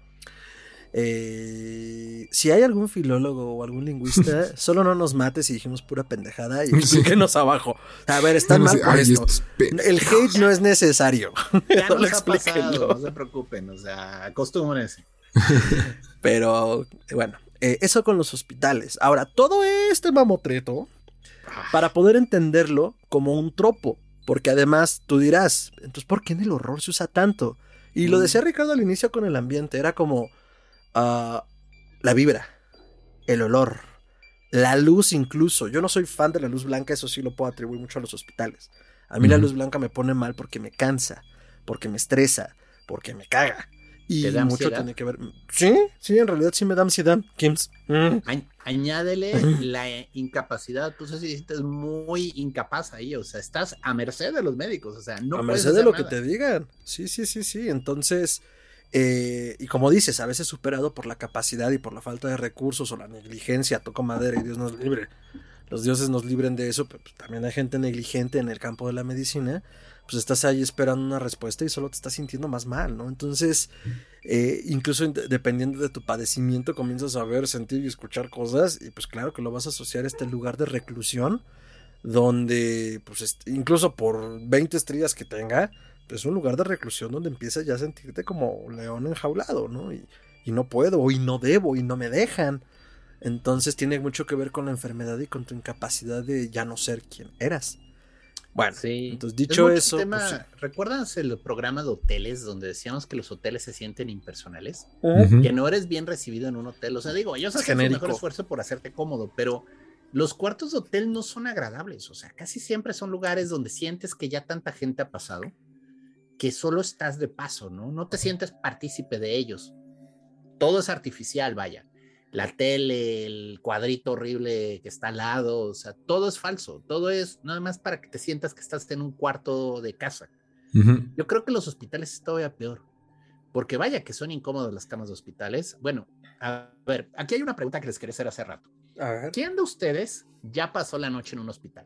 eh, si hay algún filólogo o algún lingüista, solo no nos mates si dijimos pura pendejada y explíquenos abajo. A ver, están mal
Sí,
por
ay,
esto.
estos pe-
El hate no es necesario.
Ya
Solo
nos ha pasado,
explíquenlo.
no se preocupen, o sea, acostúmbrense.
Pero bueno, eh, eso con los hospitales. Ahora, todo este mamotreto, para poder entenderlo como un tropo, porque además tú dirás, entonces, ¿por qué en el horror se usa tanto? Y lo
Mm.
decía Ricardo al inicio con el ambiente, era como ah, la vibra, el olor, la luz incluso. Yo no soy fan de la luz blanca, eso sí lo puedo atribuir mucho a los hospitales. A mí la
Ujú.
luz blanca me pone mal porque me cansa, porque me estresa, porque me caga. Y
¿Te da
mucho
ansiedad?
tiene que ver. Sí, sí, en realidad sí me da ansiedad, Kims. Mm.
A- añádele la eh, incapacidad, tú se sientes muy incapaz ahí, o sea, estás a merced de los médicos, o sea, no
a
puedes
merced de
hacer
lo
nada.
que te digan. Sí, sí, sí, sí. Entonces, eh, y como dices, a veces superado por la capacidad y por la falta de recursos o la negligencia, toco madera y Dios nos libre. Los dioses nos libren de eso, pero pues, también hay gente negligente en el campo de la medicina. Pues estás ahí esperando una respuesta y solo te estás sintiendo más mal, ¿no? Entonces, eh, incluso in- dependiendo de tu padecimiento, comienzas a ver, sentir y escuchar cosas, y pues claro que lo vas a asociar a este lugar de reclusión, donde, pues, est- incluso por veinte estrellas que tenga, es un lugar de reclusión donde empiezas ya a sentirte como león enjaulado, ¿no? Y, y no puedo, y no debo, y no me dejan. Entonces tiene mucho que ver con la enfermedad y con tu incapacidad de ya no ser quien eras. Bueno,
Sí.
entonces
Es
dicho
mucho
eso,
tema-
pues, sí.
¿recuerdas el programa de hoteles donde decíamos que los hoteles se sienten impersonales?
Ujú.
Que no eres bien recibido en un hotel. O sea, digo, ellos hacen su
Genérico.
mejor esfuerzo por hacerte cómodo, pero los cuartos de hotel no son agradables. O sea, casi siempre son lugares donde sientes que ya tanta gente ha pasado que solo estás de paso, ¿no? No te sientes partícipe de ellos. Todo es artificial, vaya. La tele, el cuadrito horrible que está al lado, o sea, todo es falso. Todo es nada más para que te sientas que estás en un cuarto de casa.
Ujú.
Yo creo que los hospitales es todavía peor, porque vaya que son incómodas las camas de hospitales. Bueno, a ver, aquí hay una pregunta que les quería hacer hace rato.
A ver.
¿Quién de ustedes ya pasó la noche en un hospital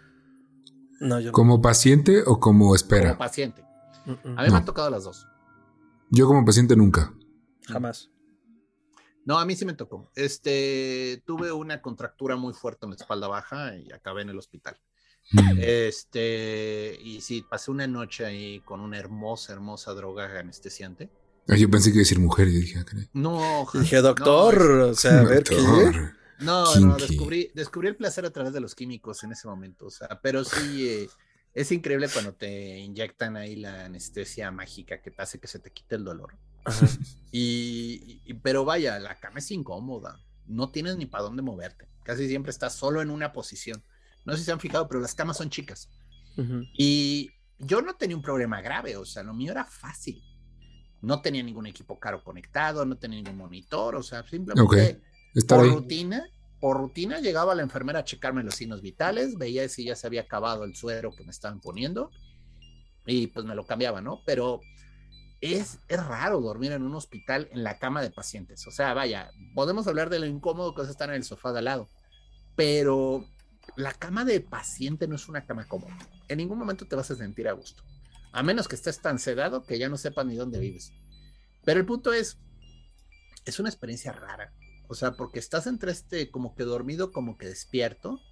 No, yo
¿Como paciente o como espera?
como paciente?
no. Mm, mm,
A mí me
No.
han tocado las dos.
Yo como paciente nunca.
Jamás.
No, a mí sí me tocó. Este, tuve una contractura muy fuerte en la espalda baja y acabé en el hospital. Mm. Este, y sí, pasé una noche ahí con una hermosa, hermosa droga anestesiante.
Yo pensé que iba a decir mujer y dije, ah,
no, dije, doctor, no, es, o sea, a ver qué.
No, Kinky. no, descubrí, descubrí el placer a través de los químicos en ese momento, o sea, pero sí, eh, es increíble cuando te inyectan ahí la anestesia mágica que te hace que se te quite el dolor. y, y, pero vaya, la cama es incómoda, no tienes ni para dónde moverte, casi siempre estás solo en una posición. No sé si se han fijado, pero las camas son chicas. Uh-huh. Y yo no tenía un problema grave, o sea, lo mío era fácil. No tenía ningún equipo caro conectado, no tenía ningún monitor, o sea, simplemente okay. por ahí. rutina, por rutina llegaba la enfermera a checarme los signos vitales, veía si ya se había acabado el suero que me estaban poniendo y pues me lo cambiaba, ¿no? Pero es, es raro dormir en un hospital en la cama de pacientes, o sea, vaya, podemos hablar de lo incómodo que es estar en el sofá de al lado, pero la cama de paciente no es una cama cómoda, en ningún momento te vas a sentir a gusto. A menos que estés tan sedado que ya no sepas ni dónde vives. Pero el punto es, es una experiencia rara. O sea, porque estás entre este como que dormido, como que despierto.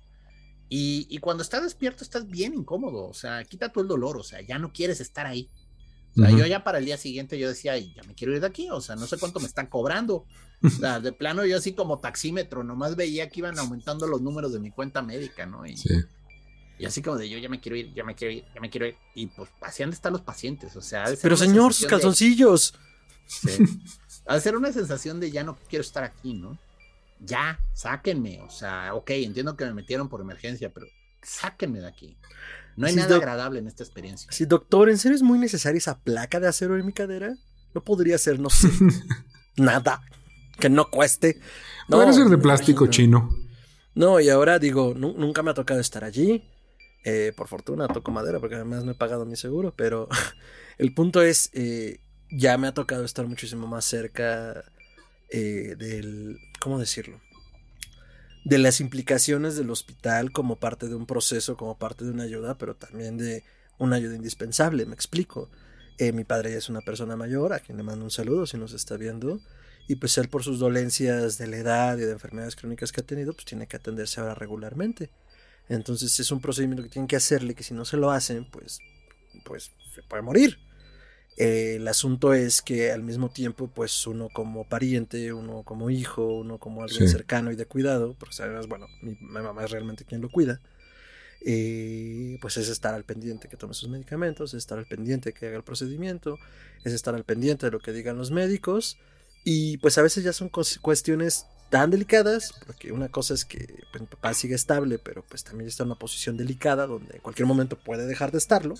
Y, y cuando estás despierto estás bien incómodo. O sea, quita tú el dolor. O sea, ya no quieres estar ahí. O sea, uh-huh. yo ya para el día siguiente yo decía, ya me quiero ir de aquí. O sea, no sé cuánto me están cobrando. O sea, de plano yo así como taxímetro, nomás veía que iban aumentando los números de mi cuenta médica, ¿no? Y, sí. Y así como de yo ya me quiero ir, ya me quiero ir, ya me quiero ir. Y pues así han de estar los pacientes, o sea.
Pero señor, sus calzoncillos.
De, sí. Ha de ser una sensación de ya no quiero estar aquí, ¿no? Ya, sáquenme. O sea, ok, entiendo que me metieron por emergencia, pero sáquenme de aquí. No hay sí, nada doc- agradable en esta experiencia.
Sí, doctor, ¿en serio es muy necesaria esa placa de acero en mi cadera? No podría ser, no sé, nada que no cueste. No,
podría ser de plástico no. chino.
No, y ahora digo, n- nunca me ha tocado estar allí. Eh, por fortuna toco madera porque además no he pagado mi seguro, pero el punto es, eh, ya me ha tocado estar muchísimo más cerca eh, del, ¿cómo decirlo? De las implicaciones del hospital como parte de un proceso, como parte de una ayuda, pero también de una ayuda indispensable, me explico. Eh, mi padre ya es una persona mayor, a quien le mando un saludo si nos está viendo, y pues él por sus dolencias de la edad y de enfermedades crónicas que ha tenido, pues tiene que atenderse ahora regularmente. Entonces es un procedimiento que tienen que hacerle, que si no se lo hacen, pues, pues se puede morir. Eh, el asunto es que al mismo tiempo, pues uno como pariente, uno como hijo, uno como alguien sí. cercano y de cuidado, porque además, bueno, mi, mi mamá es realmente quien lo cuida, eh, pues es estar al pendiente que tome sus medicamentos, es estar al pendiente que haga el procedimiento, es estar al pendiente de lo que digan los médicos, y pues a veces ya son cuestiones tan delicadas, porque una cosa es que pues, mi papá sigue estable, pero pues también está en una posición delicada donde en cualquier momento puede dejar de estarlo.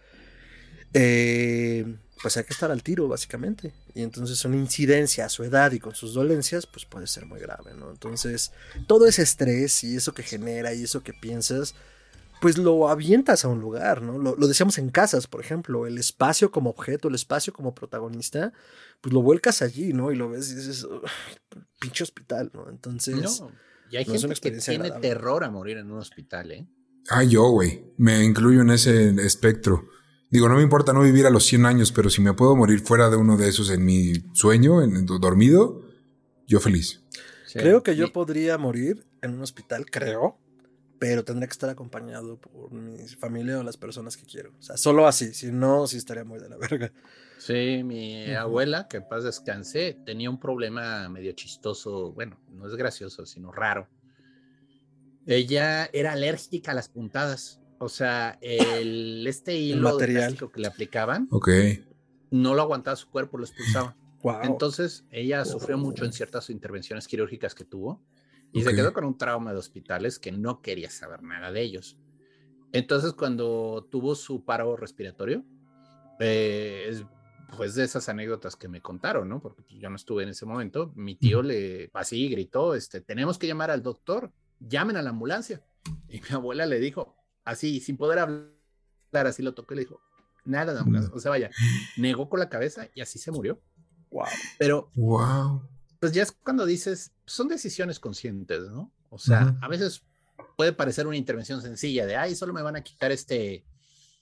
Eh, pues hay que estar al tiro básicamente, y entonces una incidencia a su edad y con sus dolencias pues puede ser muy grave, ¿no? Entonces todo ese estrés y eso que genera y eso que piensas pues lo avientas a un lugar, ¿no? Lo, lo decíamos en casas, por ejemplo, el espacio como objeto, el espacio como protagonista, pues lo vuelcas allí, ¿no? Y lo ves y dices, oh, pinche hospital, ¿no? Entonces,
no, y hay no gente que tiene agradable. terror a morir en un hospital, ¿eh?
Ah, yo, güey, me incluyo en ese espectro. Digo, no me importa no vivir a los cien años, pero si me puedo morir fuera de uno de esos en mi sueño, en, en dormido, yo feliz.
Sí. Creo que yo sí. podría morir en un hospital, creo, pero tendría que estar acompañado por mi familia o las personas que quiero. O sea, solo así, si no, sí estaría muy de la verga.
Sí, mi uh-huh. abuela, que en paz descanse, tenía un problema medio chistoso, bueno, no es gracioso, sino raro. Ella era alérgica a las puntadas. O sea, el, este hilo de plástico que le aplicaban,
okay.
no lo aguantaba su cuerpo, lo expulsaba.
Wow.
Entonces, ella sufrió wow. mucho en ciertas intervenciones quirúrgicas que tuvo y okay. se quedó con un trauma de hospitales que no quería saber nada de ellos. Entonces, cuando tuvo su paro respiratorio, eh, es, pues de esas anécdotas que me contaron, ¿no? Porque yo no estuve en ese momento. Mi tío mm. le así gritó, este, tenemos que llamar al doctor, llamen a la ambulancia. Y mi abuela le dijo, así, sin poder hablar, así lo tocó y le dijo, nada de ambulancia. O sea, vaya, negó con la cabeza y así se murió.
Wow.
Pero,
wow.
pues ya es cuando dices, son decisiones conscientes, ¿no? O sea, uh-huh. a veces puede parecer una intervención sencilla de, ay, solo me van a quitar este,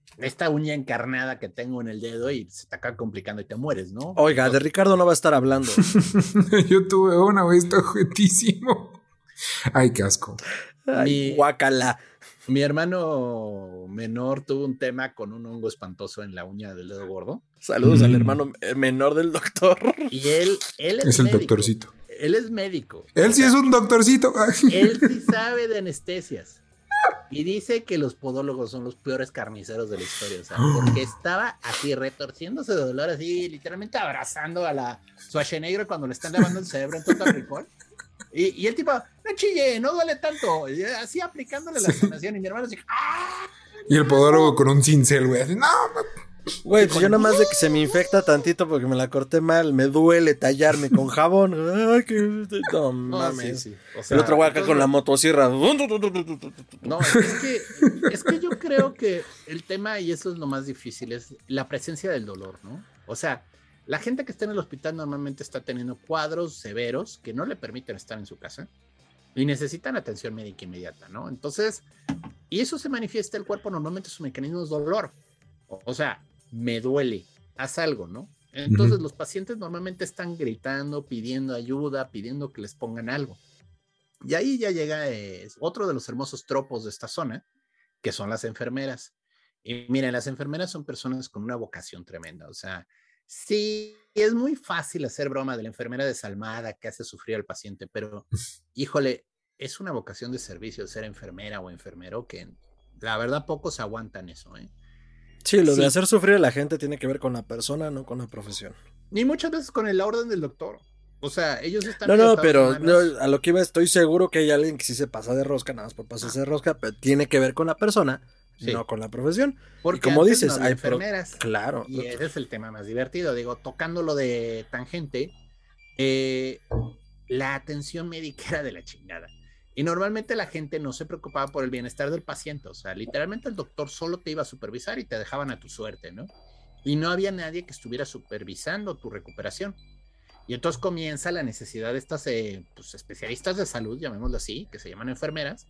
esta uña encarnada que tengo en el dedo y se te acaba complicando y te mueres, ¿no?
Oiga, Entonces, de Ricardo no va a estar hablando.
Yo tuve una, güey, está objetísimo. Ay, qué asco.
Ay, guácala.
Mi hermano menor tuvo un tema con un hongo espantoso en la uña del dedo gordo.
Saludos mm. al hermano menor del doctor.
Y él, él es,
es el
médico.
doctorcito.
Él es médico.
Él sí sea, es un doctorcito.
Él sí sabe de anestesias. Y dice que los podólogos son los peores carniceros de la historia. O sea, porque estaba así retorciéndose de dolor, así literalmente abrazando a la Schwarzenegger cuando le están lavando el cerebro en Total Recall. Y, y el tipo, no chille, no duele tanto. Y así aplicándole la sanación. Y mi hermano así, ¡ah!
Y el podólogo con un cincel, güey. Así, no,
güey, pues yo nada más de que se me infecta tantito porque me la corté mal, me duele tallarme con jabón. Ay, que no mames. Oh, sí, sí. O sea, el otro güey acá entonces, con la motosierra.
No, es que, es que yo creo que el tema, y eso es lo más difícil, es la presencia del dolor, ¿no? O sea, la gente que está en el hospital normalmente está teniendo cuadros severos que no le permiten estar en su casa y necesitan atención médica inmediata, ¿no? Entonces, y eso se manifiesta el cuerpo, normalmente su mecanismo es dolor. O, o sea, me duele, haz algo, ¿no? Entonces uh-huh. los pacientes normalmente están gritando, pidiendo ayuda, pidiendo que les pongan algo. Y ahí ya llega eh, otro de los hermosos tropos de esta zona, que son las enfermeras. Y miren, las enfermeras son personas con una vocación tremenda, o sea, sí, es muy fácil hacer broma de la enfermera desalmada que hace sufrir al paciente, pero, híjole, es una vocación de servicio ser enfermera o enfermero que la verdad pocos aguantan eso, ¿eh?
Sí, lo sí. de hacer sufrir a la gente tiene que ver con la persona, no con la profesión.
Y muchas veces con la orden del doctor. O sea, ellos están...
No, no, pero no, a lo que iba, estoy seguro que hay alguien que sí se pasa de rosca, nada más por pasarse ah. de rosca, pero tiene que ver con la persona, sí. no con la profesión.
Porque
y como dices,
no
hay
enfermeras.
Pro... Claro.
Y ese es el tema más divertido. Digo, tocándolo de tangente, eh, la atención médica era de la chingada. Y normalmente la gente no se preocupaba por el bienestar del paciente. O sea, literalmente el doctor solo te iba a supervisar y te dejaban a tu suerte, ¿no? Y no había nadie que estuviera supervisando tu recuperación. Y entonces comienza la necesidad de estas eh, pues, especialistas de salud, llamémoslo así, que se llaman enfermeras.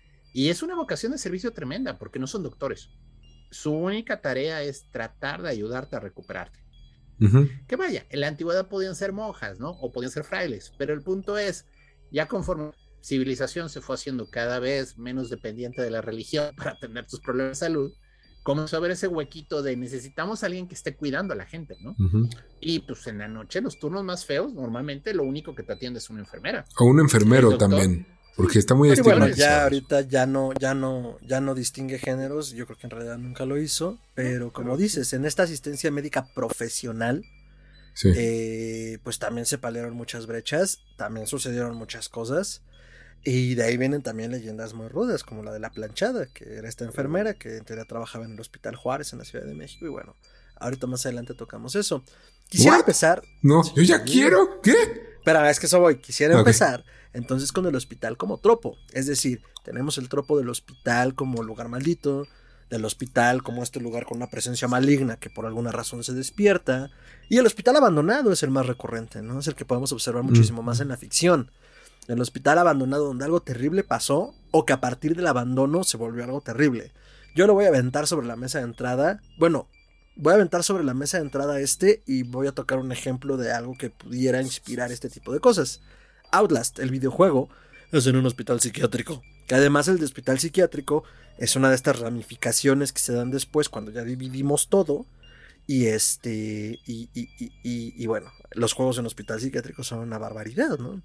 Y es una vocación de servicio tremenda porque no son doctores. Su única tarea es tratar de ayudarte a recuperarte. Uh-huh. Que vaya, en la antigüedad podían ser monjas, ¿no? O podían ser frailes. Pero el punto es, ya conforme la civilización se fue haciendo cada vez menos dependiente de la religión para atender tus problemas de salud, comenzó a ver ese huequito de necesitamos a alguien que esté cuidando a la gente, ¿no? Uh-huh. Y pues en la noche, los turnos más feos, normalmente lo único que te atiende es una enfermera.
O un enfermero también, porque está muy estigmatizado.
Bueno, ya ahorita ya no, ya no, ya no distingue géneros, yo creo que en realidad nunca lo hizo, pero como dices, en esta asistencia médica profesional, sí. eh, pues también se paliaron muchas brechas, también sucedieron muchas cosas. Y de ahí vienen también leyendas muy rudas, como la de la planchada, que era esta enfermera que en teoría trabajaba en el Hospital Juárez en la Ciudad de México. Y bueno, ahorita más adelante tocamos eso. Quisiera
¿What?
empezar.
No, sí, yo ya quiero. ¿Qué?
Espera, es que eso voy. Quisiera okay. empezar entonces con el hospital como tropo. Es decir, tenemos el tropo del hospital como lugar maldito, del hospital como este lugar con una presencia maligna que por alguna razón se despierta. Y el hospital abandonado es el más recurrente, ¿no? Es el que podemos observar muchísimo mm. más en la ficción. El hospital abandonado donde algo terrible pasó o que a partir del abandono se volvió algo terrible. Yo lo voy a aventar sobre la mesa de entrada. Bueno, voy a aventar sobre la mesa de entrada este y voy a tocar un ejemplo de algo que pudiera inspirar este tipo de cosas. Outlast, el videojuego, es en un hospital psiquiátrico. Que además el de hospital psiquiátrico es una de estas ramificaciones que se dan después cuando ya dividimos todo. Y este y, y, y, y, y bueno, los juegos en hospital psiquiátrico son una barbaridad, ¿no?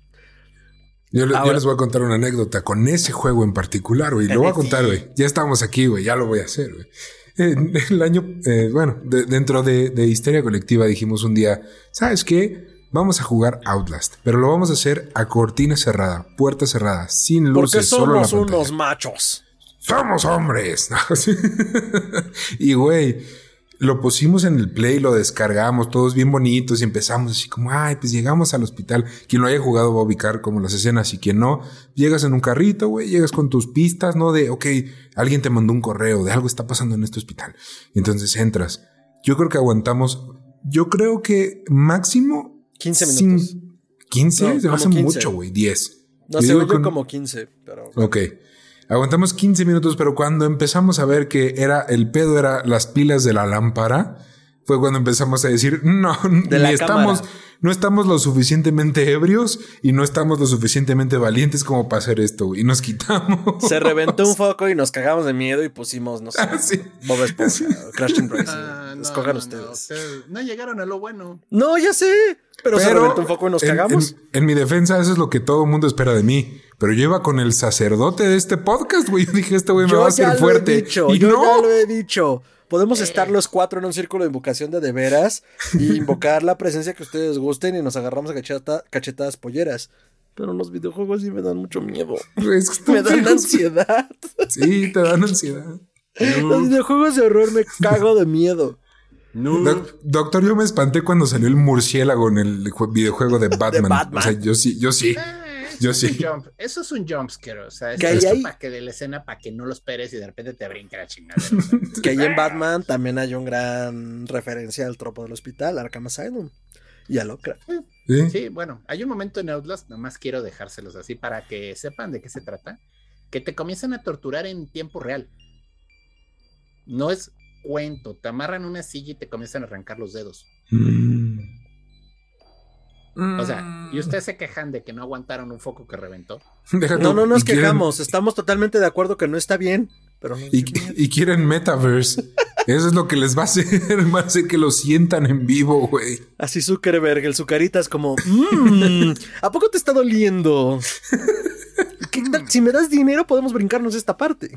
Yo, Ahora, yo les voy a contar una anécdota con ese juego en particular, güey. Lo voy a contar, güey. Ya estamos aquí, güey. Ya lo voy a hacer, güey. Eh, el año, eh, bueno, de, dentro de, de Histeria Colectiva dijimos un día, ¿sabes qué? Vamos a jugar Outlast, pero lo vamos a hacer a cortina cerrada, puerta cerrada, sin luces.
Porque somos
solo
unos machos.
¡Somos hombres! Y, güey... Lo pusimos en el Play, lo descargamos, todos bien bonitos y empezamos así como, ay, pues llegamos al hospital. Quien lo haya jugado va a ubicar como las escenas y quien no, llegas en un carrito, güey, llegas con tus pistas, ¿no? De, ok, alguien te mandó un correo, de algo está pasando en este hospital. Y entonces entras. Yo creo que aguantamos, yo creo que máximo...
quince minutos.
Sin, ¿quince? No, se me hace mucho, güey, diez.
No sé, yo, yo con... como quince, pero...
Ok. Aguantamos quince minutos, pero cuando empezamos a ver que era el pedo era las pilas de la lámpara, fue cuando empezamos a decir, no,
De
ni estamos,
cámara.
no estamos lo suficientemente ebrios y no estamos lo suficientemente valientes como para hacer esto, güey. Y nos quitamos.
Se reventó un foco y nos cagamos de miedo y pusimos, no sé,
Ah, sí.
Bob Esponja, o Crash Team Racing.
Ah, no,
Escojan
no,
ustedes.
No, ustedes no llegaron a lo bueno.
No, ya sé. Pero, se reventó un foco y nos
en,
cagamos.
En, en mi defensa, eso es lo que todo el mundo espera de mí. Pero yo iba con el sacerdote de este podcast, güey. Yo dije, este güey me
Yo
va a
ya
hacer
lo he
fuerte.
dicho,
Y
yo
no.
ya lo he dicho. Podemos estar los cuatro en un círculo de invocación de de veras y invocar la presencia que ustedes gusten y nos agarramos a cacheta, cachetadas polleras. Pero los videojuegos sí me dan mucho miedo.
Es que
Me dan
estúpidos.
ansiedad.
Sí, te dan ansiedad.
Los videojuegos de horror me cago de miedo.
No.
Doc- doctor, yo me espanté cuando salió el murciélago en el ju- videojuego de Batman.
Batman.
O sea, yo sí, yo sí.
Eh, eso
Yo
es
sí.
un jump, eso es un jumpscare, o sea, es
Que ahí hay-
para que de la escena para que no lo esperes y de repente te brinca la chingada. O sea,
Que ahí en Batman también hay un gran referencia al tropo del hospital, Arkham Asylum y a Lovecraft.
¿Sí?
sí, bueno, hay un momento en Outlast, nomás quiero dejárselos así para que sepan de qué se trata, que te comienzan a torturar en tiempo real. No es cuento, te amarran una silla y te comienzan a arrancar los dedos.
Mm.
O sea, y ustedes se quejan de que no aguantaron un foco que reventó.
Deja
No,
tú,
no nos
y quieren-
quejamos, estamos totalmente de acuerdo que no está bien, pero no
Y, y quieren Metaverse. Eso es lo que les va a hacer. Va a hacer que lo sientan en vivo, güey.
Así Zuckerberg, el Zucarita es como, "Mm, ¿a poco te está doliendo? ¿Qué tal? Si me das dinero podemos brincarnos esta parte.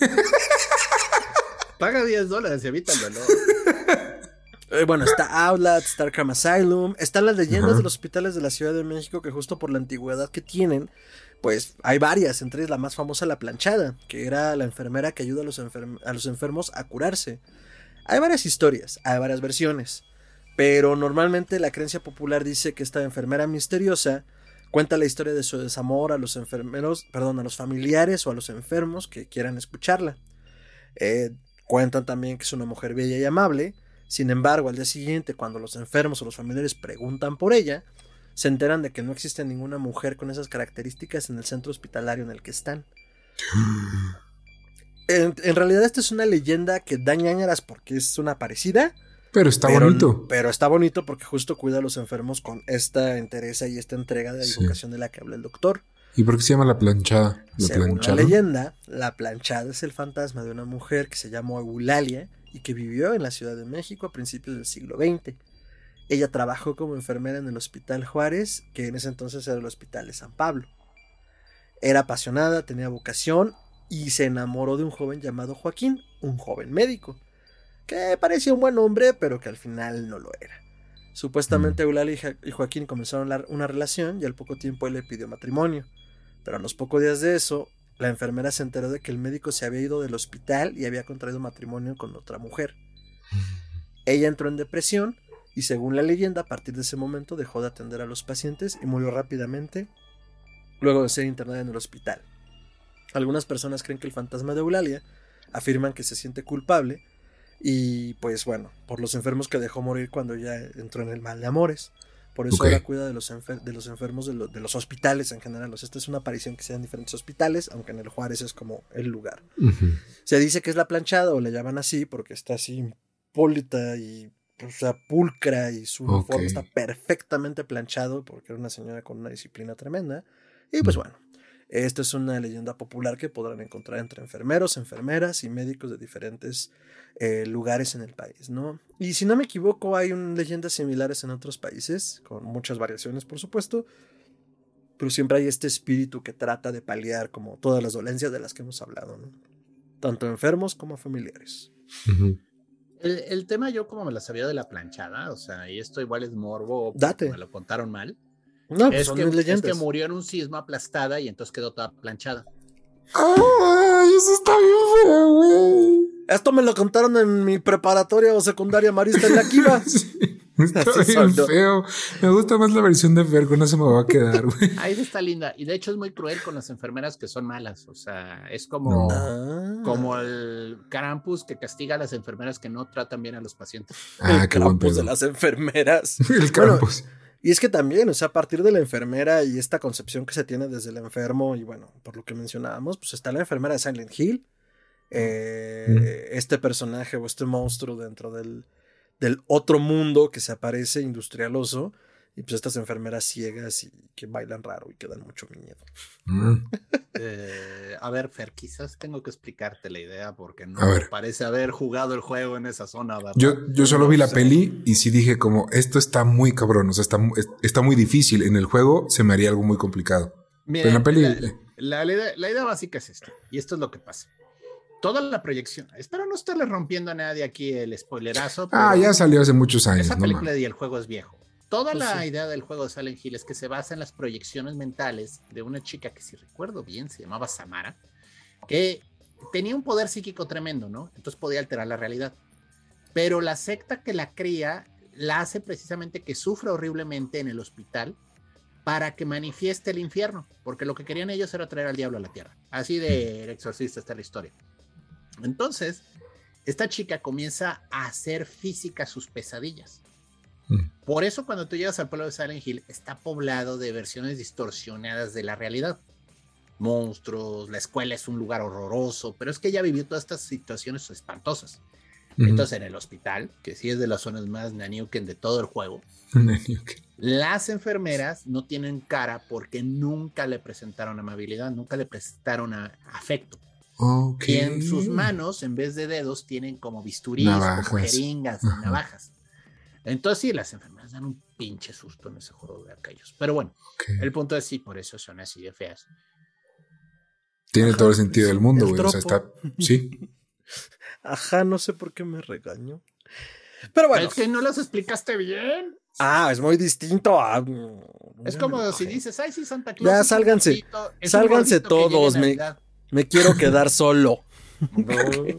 Paga diez dólares y evita el dolor.
Eh, bueno, está Outlast, está Arkham Asylum, están las leyendas
Ajá.
de los hospitales de la Ciudad de México que justo por la antigüedad que tienen, pues hay varias, entre ellas la más famosa, la planchada, que era la enfermera que ayuda a los, enferm- a los enfermos a curarse. Hay varias historias, hay varias versiones, pero normalmente la creencia popular dice que esta enfermera misteriosa cuenta la historia de su desamor a los enfermeros, perdón, a los familiares o a los enfermos que quieran escucharla. Eh, cuentan también que es una mujer bella y amable. Sin embargo, al día siguiente, cuando los enfermos o los familiares preguntan por ella, se enteran de que no existe ninguna mujer con esas características en el centro hospitalario en el que están. En, en realidad esta es una leyenda que da ñáñaras porque es una parecida.
Pero está
pero,
bonito.
Pero está bonito porque justo cuida a los enfermos con esta entereza y esta entrega de la
Sí.
invocación de la que habla el doctor.
¿Y por qué se llama la planchada? ¿La
Según
planchada?
la leyenda, la planchada es el fantasma de una mujer que se llamó Eulalia y que vivió en la Ciudad de México a principios del siglo veinte. Ella trabajó como enfermera en el Hospital Juárez, que en ese entonces era el Hospital de San Pablo. Era apasionada, tenía vocación y se enamoró de un joven llamado Joaquín, un joven médico, que parecía un buen hombre, pero que al final no lo era. Supuestamente Eulalia y Ja- y Joaquín comenzaron la- una relación y al poco tiempo él le pidió matrimonio. Pero a los pocos días de eso, la enfermera se enteró de que el médico se había ido del hospital y había contraído matrimonio con otra mujer. Ella entró en depresión y según la leyenda, a partir de ese momento dejó de atender a los pacientes y murió rápidamente luego de ser internada en el hospital. Algunas personas creen que el fantasma de Eulalia afirman que se siente culpable y pues bueno, por los enfermos que dejó morir cuando ya entró en el mal de amores. Por eso
Ok.
ahora cuida de los, enfer- de los enfermos de, lo- de los hospitales en general. O sea, esta es una aparición que se da en diferentes hospitales, aunque en el Juárez es como el lugar.
Ujú.
Se dice que es la planchada o le llaman así porque está así impólita y o sea, pulcra y su uniforme
Ok.
está perfectamente planchado porque era una señora con una disciplina tremenda. Y pues
Mm.
bueno, esta es una leyenda popular que podrán encontrar entre enfermeros, enfermeras y médicos de diferentes eh, lugares en el país, ¿no? Y si no me equivoco, hay un, leyendas similares en otros países, con muchas variaciones, por supuesto, pero siempre hay este espíritu que trata de paliar como todas las dolencias de las que hemos hablado, ¿no? Tanto enfermos como familiares.
Ujú.
El, el tema yo como me la sabía de la planchada, o sea, y esto igual es morbo,
Date.
me lo contaron mal.
No, pues
es,
son
que,
mis
es
leyendas.
que murió en un sismo aplastada y entonces quedó toda planchada.
Ay, eso está bien feo, güey.
Esto me lo contaron en mi preparatoria o secundaria marista en la Kiva.
Sí, está
Así
bien
sonó.
feo. Me gusta más la versión de Fer, con eso me va a quedar, güey.
Ahí está linda. Y de hecho es muy cruel con las enfermeras que son malas. O sea, es como,
Ah.
como el Krampus que castiga a las enfermeras que no tratan bien a los pacientes.
Ah,
el
qué buen
Krampus
pedo.
de las enfermeras.
El
Bueno,
Krampus.
Y es que también, o sea, a partir de la enfermera y esta concepción que se tiene desde el enfermo, y bueno, por lo que mencionábamos, pues está la enfermera de Silent Hill, eh, mm. este personaje o este monstruo dentro del, del otro mundo que se aparece industrialoso, y pues estas enfermeras ciegas y que bailan raro y que dan mucho miedo.
Mm. eh, a ver, Fer, quizás tengo que explicarte la idea porque no parece haber jugado el juego en esa zona, ¿verdad?
Yo, yo solo no vi la sé. peli y sí dije como, esto está muy cabrón, o sea, está, está muy difícil. En el juego se me haría algo muy complicado.
Miren,
Pero en la peli...
La, la, la, idea, la idea básica es esta, y esto es lo que pasa. Toda la proyección, espero no estarle rompiendo a nadie aquí el spoilerazo.
Ah, ya salió hace muchos años.
Esa
no
película
man.
y el juego es viejo. Toda
Pues
la
sí.
idea del juego de Silent Hill es que se basa en las proyecciones mentales de una chica que, si recuerdo bien, se llamaba Samara, que tenía un poder psíquico tremendo, ¿no? Entonces podía alterar la realidad. Pero la secta que la cría la hace precisamente que sufra horriblemente en el hospital para que manifieste el infierno, porque lo que querían ellos era traer al diablo a la tierra. Así de El Exorcista está la historia. Entonces, esta chica comienza a hacer física sus pesadillas. Por eso cuando tú llegas al pueblo de Silent Hill está poblado de versiones distorsionadas de la realidad. Monstruos, la escuela es un lugar horroroso, pero es que ella vivió todas estas situaciones espantosas. Uh-huh. Entonces en el hospital, que sí es de las zonas más Naniuken de todo el juego, las enfermeras no tienen cara porque nunca le presentaron amabilidad, nunca le prestaron a, afecto.
Okay.
Y en sus manos, en vez de dedos, tienen como bisturís,
navajas.
como jeringas, uh-huh. navajas. Entonces sí, las enfermeras dan un pinche susto en ese juego de aquellos. Pero bueno, okay. el punto es sí, por eso son así de feas.
Tiene
Ajá,
todo el sentido del mundo, güey.
El
o sea, está... Sí.
Ajá, no sé por qué me regaño. Pero bueno.
Es que no las explicaste bien.
Ah, es muy distinto a...
Es como
no,
si dices, ay, sí, Santa Claus.
Ya, sálganse. Sálganse todos. Me, me quiero quedar solo.
No,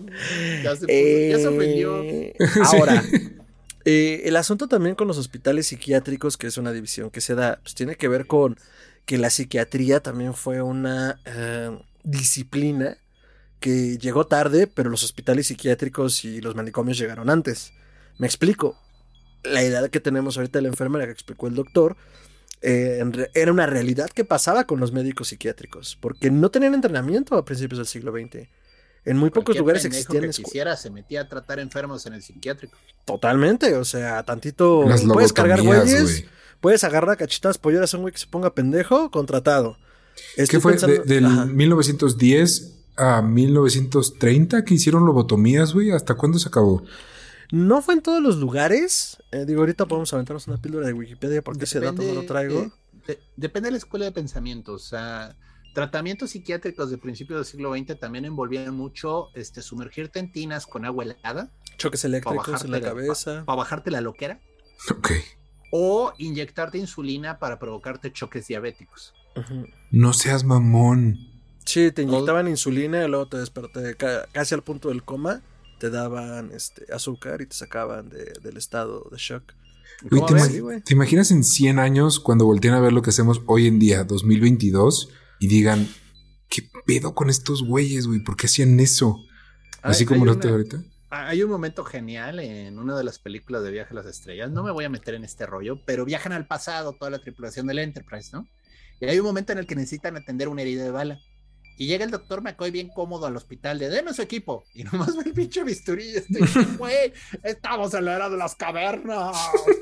ya se puso, eh, ya se ofendió.
Ahora... Eh, el asunto también con los hospitales psiquiátricos, que es una división que se da, pues tiene que ver con que la psiquiatría también fue una uh, disciplina que llegó tarde, pero los hospitales psiquiátricos y los manicomios llegaron antes. Me explico. La idea que tenemos ahorita de la enfermera que explicó el doctor eh, era una realidad que pasaba con los médicos psiquiátricos, porque no tenían entrenamiento a principios del siglo veinte. En muy pocos lugares existían
que quisiera se metía a tratar enfermos en el psiquiátrico.
Totalmente, o sea, tantito puedes cargar güeyes, puedes agarrar cachitas polleras a un güey que se ponga pendejo, contratado.
Estoy ¿Qué fue? Pensando... De, del Ajá. mil novecientos diez a mil novecientos treinta que hicieron lobotomías, güey. ¿Hasta cuándo se acabó?
No fue en todos los lugares. Eh, digo, ahorita podemos aventarnos una píldora de Wikipedia porque depende, ese dato no lo traigo.
Eh, de, depende de la escuela de pensamiento, o sea... Tratamientos psiquiátricos de principios del siglo veinte también envolvían mucho este, sumergirte en tinas con agua helada.
Choques eléctricos en la cabeza.
Para pa bajarte la loquera.
Ok.
O inyectarte insulina para provocarte choques diabéticos.
Uh-huh.
No seas mamón.
Sí, te inyectaban Todo... insulina y luego te desperté casi al punto del coma. Te daban este, azúcar y te sacaban de, del estado de shock.
Güey, ¿te, ima- ¿Te imaginas en cien años cuando volteen a ver lo que hacemos hoy en día, dos mil veintidós? Y digan, ¿qué pedo con estos güeyes, güey? ¿Por qué hacían eso? Así
hay,
como
hay
lo
una,
te ahorita.
Hay un momento genial en una de las películas de Viaje a las Estrellas. No me voy a meter en este rollo, pero viajan al pasado toda la tripulación del Enterprise, ¿no? Y hay un momento en el que necesitan atender una herida de bala. Y llega el doctor McCoy bien cómodo al hospital de denos su equipo. Y nomás ve el pinche bisturí y este, güey, estamos en la era de las cavernas.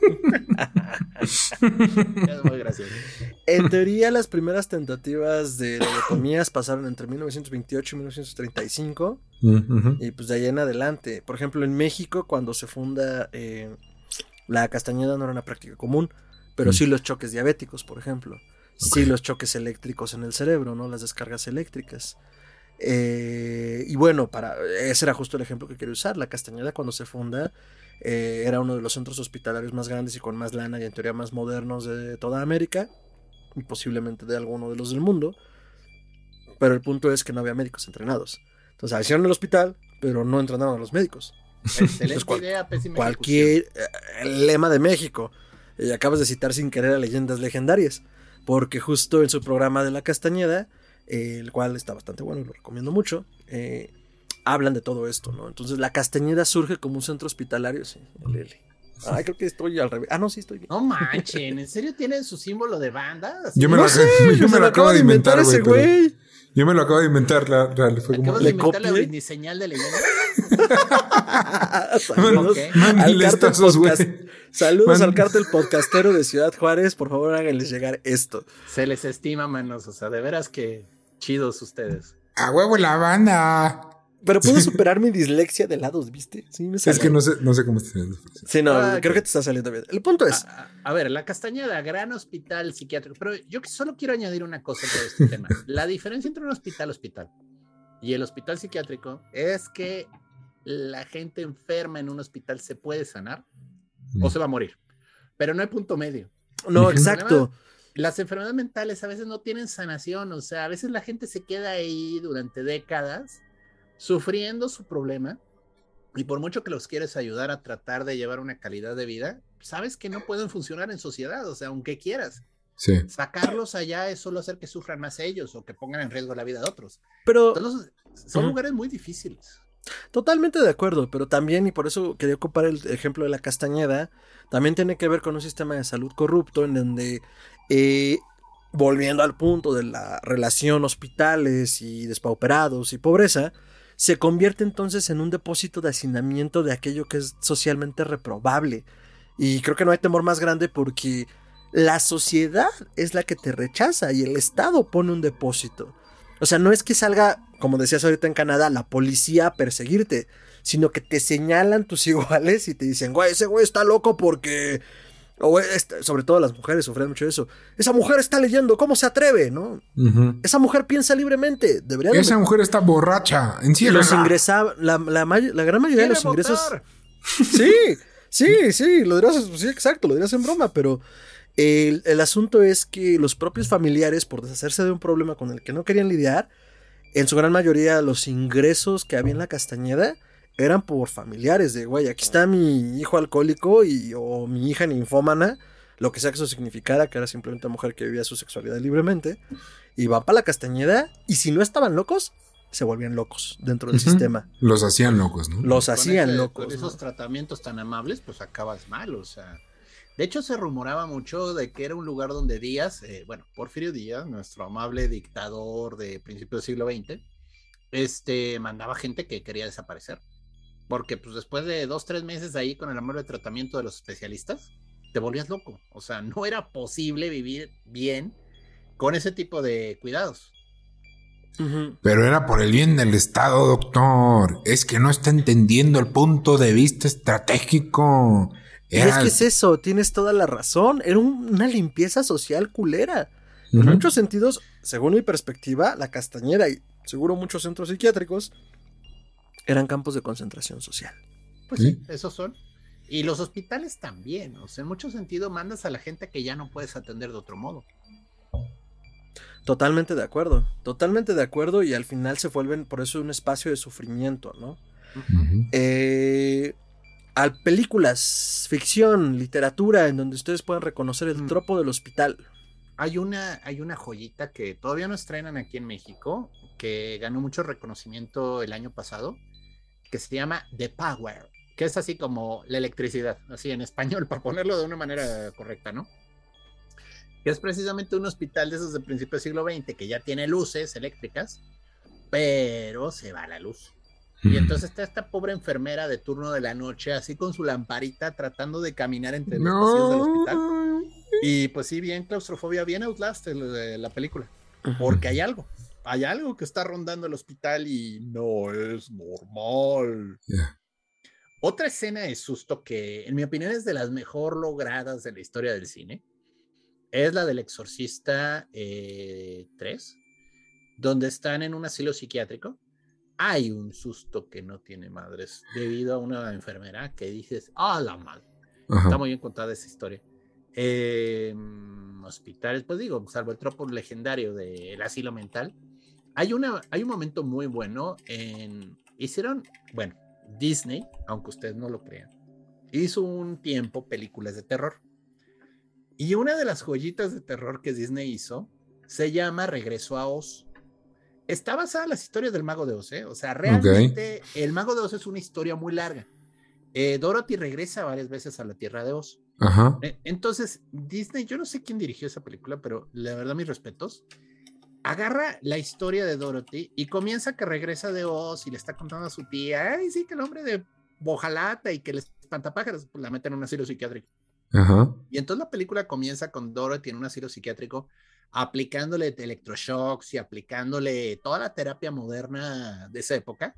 Es muy gracioso.
En teoría, las primeras tentativas de lobotomías pasaron entre mil novecientos veintiocho y mil novecientos treinta y cinco. Uh-huh. Y pues de ahí en adelante. Por ejemplo, en México, cuando se funda eh, la Castañeda, no era una práctica común. Pero uh-huh. sí los choques diabéticos, por ejemplo. Okay. Sí, los choques eléctricos en el cerebro, ¿no? Las descargas eléctricas. Eh, y bueno, para ese era justo el ejemplo que quería usar. La Castañeda, cuando se funda, eh, era uno de los centros hospitalarios más grandes y con más lana y en teoría más modernos de toda América. Y posiblemente de alguno de los del mundo. Pero el punto es que no había médicos entrenados. Entonces, hicieron el hospital, pero no entrenaron a los médicos.
Excelente cual, idea, pésima
Cualquier el lema de México. Y acabas de citar sin querer a leyendas legendarias. Porque justo en su programa de La Castañeda, eh, el cual está bastante bueno y lo recomiendo mucho, eh, hablan de todo esto, ¿no? Entonces La Castañeda surge como un centro hospitalario, sí, el L. Ay, creo que estoy al revés. Ah, no, sí estoy bien.
No manchen, ¿en serio tienen su símbolo de banda? ¿Así?
Yo me
No
lo,
sé,
yo me lo acabo de inventar, güey.
ese güey.
Yo me lo acabo de inventar, la, real. Fue como.
¿Acabas
¿Le
de inventar la
copié?
Britney señal de leyenda?
Saludos
Ok.
al
Mándenle
cártel
estazos, güey.
podcast. Saludos
Man-
al cártel podcastero de Ciudad Juárez. Por favor, háganles llegar esto.
Se les estima, manos. O sea, de veras que chidos ustedes.
A huevo la banda.
Pero puedo superar mi dislexia de lados, ¿viste? Sí, me
Es
salió.
que no sé, no sé cómo está.
Sí, no,
Ah,
creo
ok.
que te está saliendo bien. El punto es,
A, a- a ver, la Castañeda, gran hospital psiquiátrico. Pero yo que- solo quiero añadir una cosa sobre este tema. La diferencia entre un hospital hospital y el hospital psiquiátrico es que la gente enferma en un hospital se puede sanar o se va a morir. Pero no hay punto medio.
no,
Ujú.
exacto.
Las enfermedades mentales a veces no tienen sanación. O sea, a veces la gente se queda ahí durante décadas sufriendo su problema. Y por mucho que los quieres ayudar a tratar de llevar una calidad de vida, sabes que no pueden funcionar en sociedad, o sea, aunque quieras.
Sí.
Sacarlos allá es solo hacer que sufran más ellos o que pongan en riesgo la vida de otros.
Pero
Entonces, son
Ujú.
lugares muy difíciles.
totalmente de acuerdo, pero también, y por eso quería ocupar el ejemplo de la Castañeda, también tiene que ver con un sistema de salud corrupto en donde, eh, volviendo al punto de la relación hospitales y despauperados y pobreza, se convierte entonces en un depósito de hacinamiento de aquello que es socialmente reprobable. Y creo que no hay temor más grande porque la sociedad es la que te rechaza y el Estado pone un depósito. O sea, no es que salga, como decías ahorita en Canadá, la policía a perseguirte, sino que te señalan tus iguales y te dicen, güey, ese güey está loco porque... O este, sobre todo las mujeres sufren mucho eso. Esa mujer está leyendo, ¿cómo se atreve? ¿No?
Ujú.
Esa mujer piensa libremente. Debería de
Esa mujer está borracha. Enciérrala.
los ingresaban, la, la, may- la gran mayoría de los
¿Quiere
ingresos.
votar?
Sí, sí, sí, lo dirás, sí, exacto, lo dirás en broma, pero el, el asunto es que los propios familiares, por deshacerse de un problema con el que no querían lidiar, en su gran mayoría los ingresos que había en la Castañeda eran por familiares, de güey, aquí está mi hijo alcohólico y, o mi hija ninfómana, lo que sea que eso significara, que era simplemente una mujer que vivía su sexualidad libremente, y van para la Castañeda, y si no estaban locos, se volvían locos dentro del
Ujú.
sistema.
Los hacían locos, ¿no?
Los
Con
hacían
ese-
locos.
Con esos
¿no?
tratamientos tan amables, pues acabas mal, o sea. De hecho, se rumoraba mucho de que era un lugar donde Díaz, eh, bueno, Porfirio Díaz, nuestro amable dictador de principios del siglo veinte, este, mandaba gente que quería desaparecer. Porque pues después de dos, tres meses ahí con el amable tratamiento de los especialistas, te volvías loco. O sea, no era posible vivir bien con ese tipo de cuidados.
Ujú.
Pero era por el bien del Estado, doctor. Es que no está entendiendo el punto de vista estratégico.
Y
Era...
es que es eso, tienes toda la razón. Era un- una limpieza social culera. En
Ujú.
muchos sentidos, según mi perspectiva, la Castañeda y seguro muchos centros psiquiátricos eran campos de concentración social.
Pues
¿Sí?
sí, esos son. Y los hospitales también. O sea, en mucho sentido mandas a la gente que ya no puedes atender de otro modo.
Totalmente de acuerdo, totalmente de acuerdo y al final se vuelven por eso un espacio de sufrimiento, ¿no?
Ujú.
Eh, a películas, ficción, literatura, en donde ustedes puedan reconocer el
Mm.
tropo del hospital.
Hay una, hay una joyita que todavía no estrenan aquí en México, que ganó mucho reconocimiento el año pasado, que se llama The Power, que es así como la electricidad, así en español, para ponerlo de una manera correcta, ¿no? Que es precisamente un hospital de esos de principios del siglo veinte, que ya tiene luces eléctricas, pero se va la luz. Y entonces está esta pobre enfermera de turno de la noche, así con su lamparita, tratando de caminar entre los pasillos del hospital.
No.
Y pues sí, bien claustrofobia, bien Outlast el de la película. Porque hay algo, hay algo que está rondando el hospital y no es normal.
Ya.
Otra escena de susto que, en mi opinión, es de las mejor logradas de la historia del cine, es la del Exorcista eh, tres, donde están en un asilo psiquiátrico. Hay un susto que no tiene madres debido a una enfermera que dices, ah, la madre.
Ajá.
Está muy bien contada esa historia. Eh, hospitales, pues digo, salvo el tropo legendario del asilo mental, hay, una, hay un momento muy bueno en... Hicieron, bueno, Disney, aunque ustedes no lo crean, hizo un tiempo películas de terror. Y una de las joyitas de terror que Disney hizo se llama Regreso a Oz. Está basada en las historias del Mago de Oz, ¿eh? O sea, realmente okay. El Mago de Oz es una historia muy larga. eh, Dorothy regresa varias veces a la Tierra de Oz.
Ajá.
Entonces, Disney, yo no sé quién dirigió esa película, pero la verdad, mis respetos. Agarra la historia de Dorothy y comienza que regresa de Oz y le está contando a su tía, ay, sí, que el hombre de Bojalata y que el espantapájaros, pues la meten en un asilo psiquiátrico.
Ajá.
Y entonces la película comienza con Dorothy en un asilo psiquiátrico aplicándole electroshocks y aplicándole toda la terapia moderna de esa época.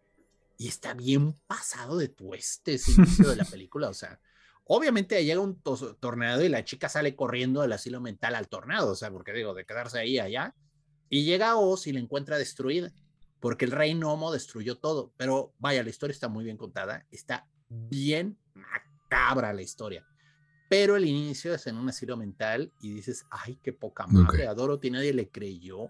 Y está bien pasado de tueste ese inicio de la película, o sea, obviamente llega un to- tornado y la chica sale corriendo del asilo mental al tornado, o sea, porque digo, de quedarse ahí allá, y llega a Oz y la encuentra destruida, porque el rey Nomo destruyó todo, pero vaya, la historia está muy bien contada, está bien macabra la historia, pero el inicio es en un asilo mental y dices, ay, qué poca madre,
Okay.
a Dorothy nadie le creyó,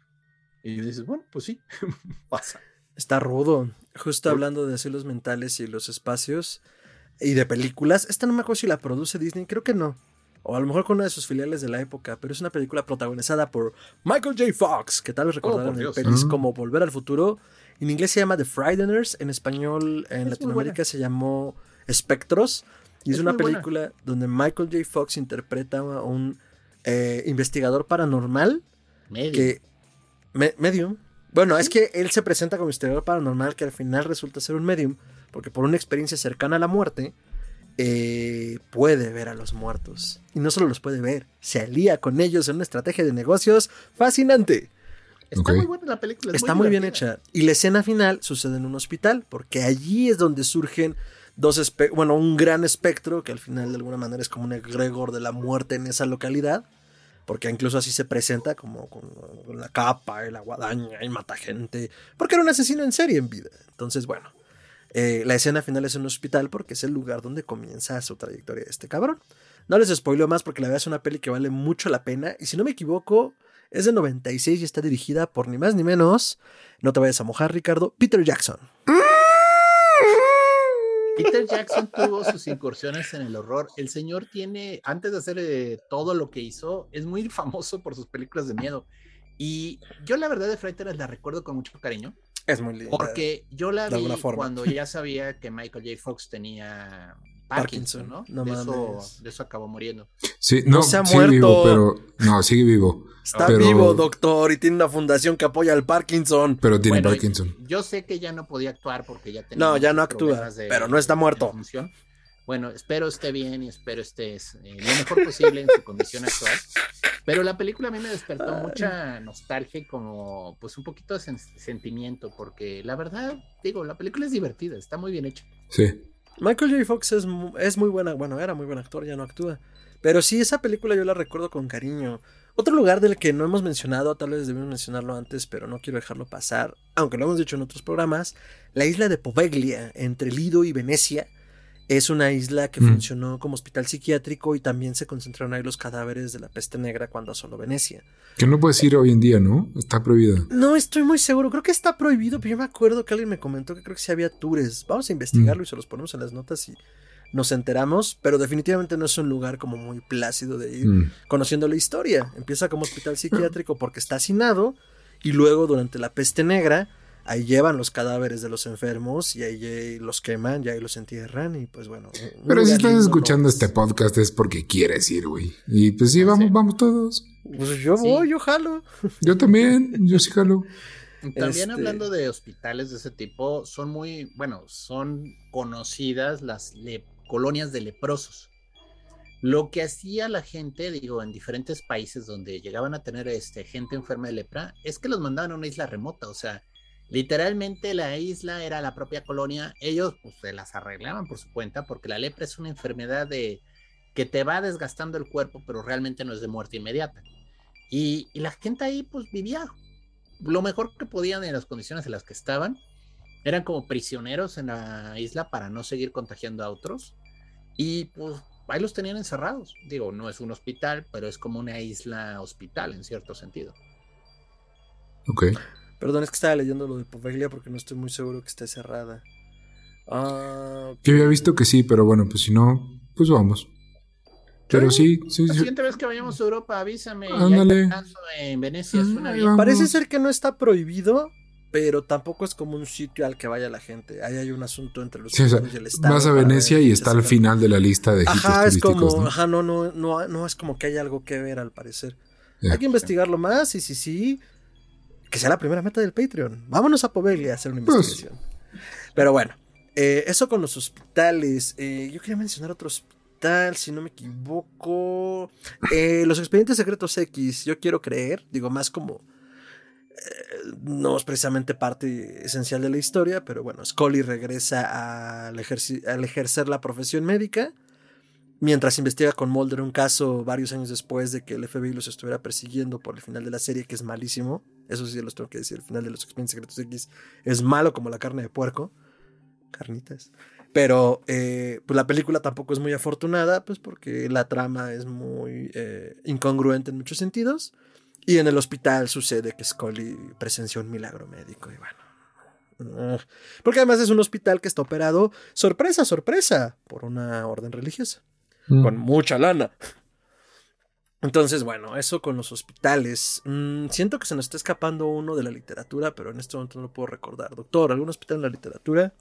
y dices, bueno, pues sí, pasa.
Está rudo. Justo hablando de asilos mentales y los espacios y de películas, esta no me acuerdo si la produce Disney, creo que no. O a lo mejor con una de sus filiales de la época, pero es una película protagonizada por Michael J. Fox, que tal vez recordarán
por
en
Dios.
pelis
Ah.
como Volver al Futuro. En inglés se llama The Frighteners, en español, en
muy
Latinoamérica
buena.
se llamó Espectros. Y es,
Es
una
muy buena.
película donde Michael J. Fox interpreta a un eh, investigador paranormal
Medio.
que... me- medium. Bueno, es que él se presenta como investigador paranormal que al final resulta ser un medium, porque por una experiencia cercana a la muerte, eh, puede ver a los muertos. Y no solo los puede ver, se alía con ellos en una estrategia de negocios fascinante.
Está
Ok.
muy buena la película. es
Está muy bien
divertida.
hecha. Y la escena final sucede en un hospital, porque allí es donde surgen dos espe- bueno, un gran espectro, que al final de alguna manera es como un egregor de la muerte en esa localidad. Porque incluso así se presenta como con, con la capa y la guadaña y mata gente. Porque era un asesino en serie en vida. Entonces, bueno, eh, la escena final es en un hospital porque es el lugar donde comienza su trayectoria de este cabrón. No les spoileo más porque la verdad es una peli que vale mucho la pena. Y si no me equivoco, es de noventa y seis y está dirigida por ni más ni menos, no te vayas a mojar, Ricardo, Peter Jackson.
Peter Jackson tuvo sus incursiones en el horror. El señor tiene, antes de hacer eh, todo lo que hizo, es muy famoso por sus películas de miedo. Y yo la verdad de Frighteners la recuerdo con mucho cariño.
Es muy linda.
Porque yo la
de
vi
alguna forma.
cuando ya sabía que Michael J. Fox tenía Parkinson,
Parkinson,
¿no?
no
de, eso,
mames.
de eso acabó muriendo.
Sí,
No
no,
se ha
sigue
muerto.
vivo, pero. No, sigue vivo.
Está
pero-
vivo, doctor, y tiene una fundación que apoya al Parkinson.
Pero tiene
Bueno,
Parkinson.
Yo sé que ya no podía actuar porque ya tenía
No, ya
muchos
no actúa,
problemas de-
pero no está
de
muerto.
función. Bueno, espero esté bien y espero estés eh, lo mejor posible en su condición actual. Pero la película a mí me despertó mucha nostalgia y como pues un poquito de sen- sentimiento porque la verdad, digo, la película es divertida, está muy bien hecha.
Sí.
Michael J. Fox es, mu- es muy buena, bueno, era muy buen actor, ya no actúa. Pero sí, esa película yo la recuerdo con cariño. Otro lugar del que no hemos mencionado, tal vez debimos mencionarlo antes, pero no quiero dejarlo pasar, aunque lo hemos dicho en otros programas, la isla de Poveglia, entre Lido y Venecia, es una isla que
Mm.
funcionó como hospital psiquiátrico y también se concentraron ahí los cadáveres de la peste negra cuando asoló Venecia.
Que no puedes ir hoy en día, ¿no? Está prohibida.
No estoy muy seguro, creo que está prohibido, pero yo me acuerdo que alguien me comentó que creo que sí había tours. Vamos a investigarlo
Mm.
y se los ponemos en las notas y nos enteramos, pero definitivamente no es un lugar como muy plácido de ir
Mm.
conociendo la historia. Empieza como hospital psiquiátrico porque está hacinado y luego durante la peste negra ahí llevan los cadáveres de los enfermos y ahí eh, los queman y ahí los entierran y pues bueno. un
Pero si
lugar
estás
lindo,
escuchando
¿no?
este podcast es porque quieres ir, güey. Y pues sí, vamos,
Sí.
vamos todos.
Pues yo
Sí.
voy, yo jalo.
Yo también, yo sí jalo.
También
Este-
hablando de hospitales de ese tipo, son muy, bueno, son conocidas las le- colonias de leprosos. Lo que hacía la gente, digo, en diferentes países donde llegaban a tener este, gente enferma de lepra, es que los mandaban a una isla remota, o sea, literalmente la isla era la propia colonia, ellos pues se las arreglaban por su cuenta, porque la lepra es una enfermedad de que te va desgastando el cuerpo, pero realmente no es de muerte inmediata. Y, y la gente ahí pues vivía lo mejor que podían en las condiciones en las que estaban. Eran como prisioneros en la isla para no seguir contagiando a otros. Y pues ahí los tenían encerrados. Digo, no es un hospital, pero es como una isla hospital en cierto sentido.
Ok.
Perdón, es que estaba leyendo lo de Poveglia porque no estoy muy seguro que esté cerrada. Ah,
Yo había visto que sí, pero bueno, pues si no, pues vamos. Pero sí, sí,
La
sí.
siguiente vez que vayamos a Europa, avísame. y ahí
Ándale.
te lanzo en Venecia, suena
Ahí
bien.
vamos.
parece ser que no está prohibido, pero tampoco es como un sitio al que vaya la gente. Ahí hay un asunto entre los
sí, o sea,
y el Estado.
Vas a Venecia y está al final de la lista de sitios
ajá,
turísticos.
Es como,
¿no?
ajá, no, no, no, no es como que haya algo que ver al parecer.
Yeah.
Hay que investigarlo más y sí, sí, que sea la primera meta del Patreon. Vámonos a Poveglia a hacer una investigación. Pues. Pero bueno, eh, eso con los hospitales. Eh, yo quería mencionar otro hospital, si no me equivoco. Eh, los Expedientes Secretos X, yo quiero creer, digo, más como... no es precisamente parte esencial de la historia, pero bueno, Scully regresa al, ejerci- al ejercer la profesión médica mientras investiga con Mulder un caso varios años después de que el F B I los estuviera persiguiendo por el final de la serie, que es malísimo. Eso sí los tengo que decir, el final de los Expedientes Secretos X es malo como la carne de puerco. Carnitas. Pero eh, pues la película tampoco es muy afortunada, pues porque la trama es muy eh, incongruente en muchos sentidos. Y en el hospital sucede que Scully presenció un milagro médico y bueno. Porque además es un hospital que está operado, sorpresa, sorpresa, por una orden religiosa. Mm. Con mucha lana. Entonces, bueno, eso con los hospitales. Mm, siento que se nos está escapando uno de la literatura, pero en este momento no lo puedo recordar. Doctor, ¿algún hospital en la literatura?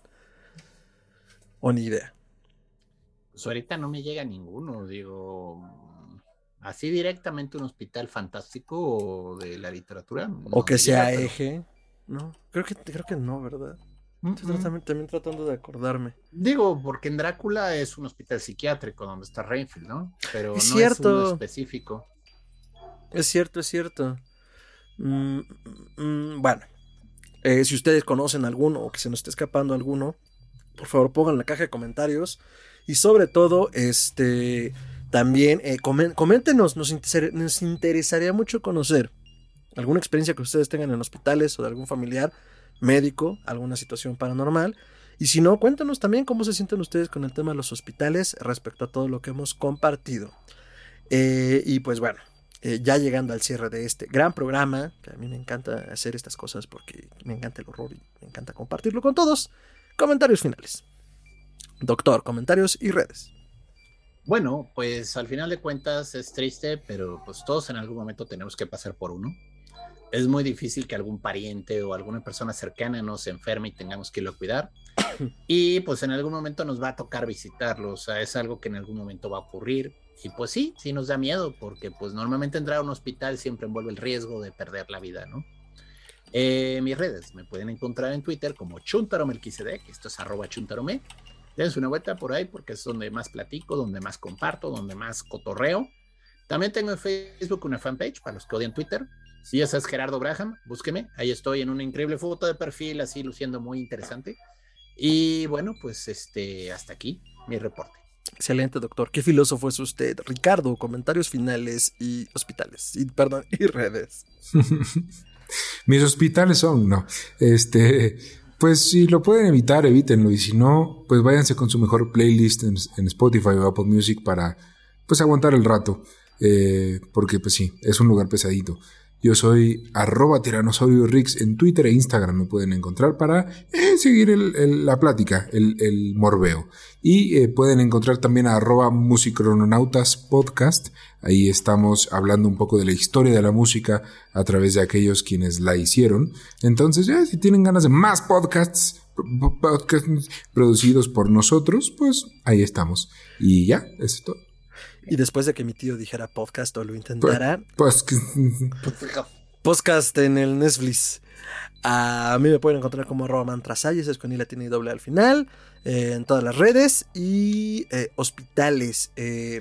¿O ni idea?
Pues ahorita no me llega ninguno, digo... Así directamente un hospital fantástico de la literatura. No
o que sea
llega,
eje. Pero... No, creo que, creo que no, ¿verdad? Mm-hmm. Estoy también, también tratando de acordarme.
Digo, porque en Drácula es un hospital psiquiátrico donde está Renfield, ¿no? Pero
es
no
cierto.
es uno específico.
Es cierto, es cierto. Mm, mm, bueno, eh, si ustedes conocen alguno o que se nos esté escapando alguno, por favor pongan en la caja de comentarios. Y sobre todo, este... También eh, comen, coméntenos, nos, inter- nos interesaría mucho conocer alguna experiencia que ustedes tengan en hospitales o de algún familiar médico, alguna situación paranormal. Y si no, cuéntanos también cómo se sienten ustedes con el tema de los hospitales respecto a todo lo que hemos compartido. Eh, y pues bueno, eh, ya llegando al cierre de este gran programa, que a mí me encanta hacer estas cosas porque me encanta el horror y me encanta compartirlo con todos. Comentarios finales. Doctor, comentarios y redes.
Bueno, pues al final de cuentas es triste, pero pues todos en algún momento tenemos que pasar por uno. Es muy difícil que algún pariente o alguna persona cercana nos enferme y tengamos que irlo a cuidar. Y pues en algún momento nos va a tocar visitarlo, o sea, es algo que en algún momento va a ocurrir. Y pues sí, sí nos da miedo, porque pues normalmente entrar a un hospital siempre envuelve el riesgo de perder la vida, ¿no? Eh, mis redes me pueden encontrar en Twitter como chuntaromelquisedec, esto es arroba chuntarome. Dense una vuelta por ahí porque es donde más platico, donde más comparto, donde más cotorreo. También tengo en Facebook una fanpage para los que odian Twitter. Y esa es Gerardo Braham, búsqueme. Ahí estoy en una increíble foto de perfil, así luciendo muy interesante. Y bueno, pues este, hasta aquí mi reporte.
Excelente, doctor. ¿Qué filósofo es usted? Ricardo, comentarios finales y hospitales. Y, perdón, y redes.
Mis hospitales son, no. Este... Pues si lo pueden evitar, evítenlo. Y si no, pues váyanse con su mejor playlist en, en Spotify o Apple Music para pues aguantar el rato. Eh, porque pues sí, es un lugar pesadito. Yo soy arroba tiranosaurio Rix en Twitter e Instagram. Me pueden encontrar para eh, seguir el, el, la plática, el, el morbeo. Y eh, pueden encontrar también a arroba musicrononautas podcast. Ahí estamos hablando un poco de la historia de la música a través de aquellos quienes la hicieron. Entonces, ya, si tienen ganas de más podcasts, podcasts producidos por nosotros, pues ahí estamos. Y ya, eso es todo.
Y después de que mi tío dijera podcast o lo intentara,
pues,
podcast en el Netflix. A mí me pueden encontrar como arroba mantrasayes, es con i latina y doble al final, eh, en todas las redes. Y eh, hospitales. Eh,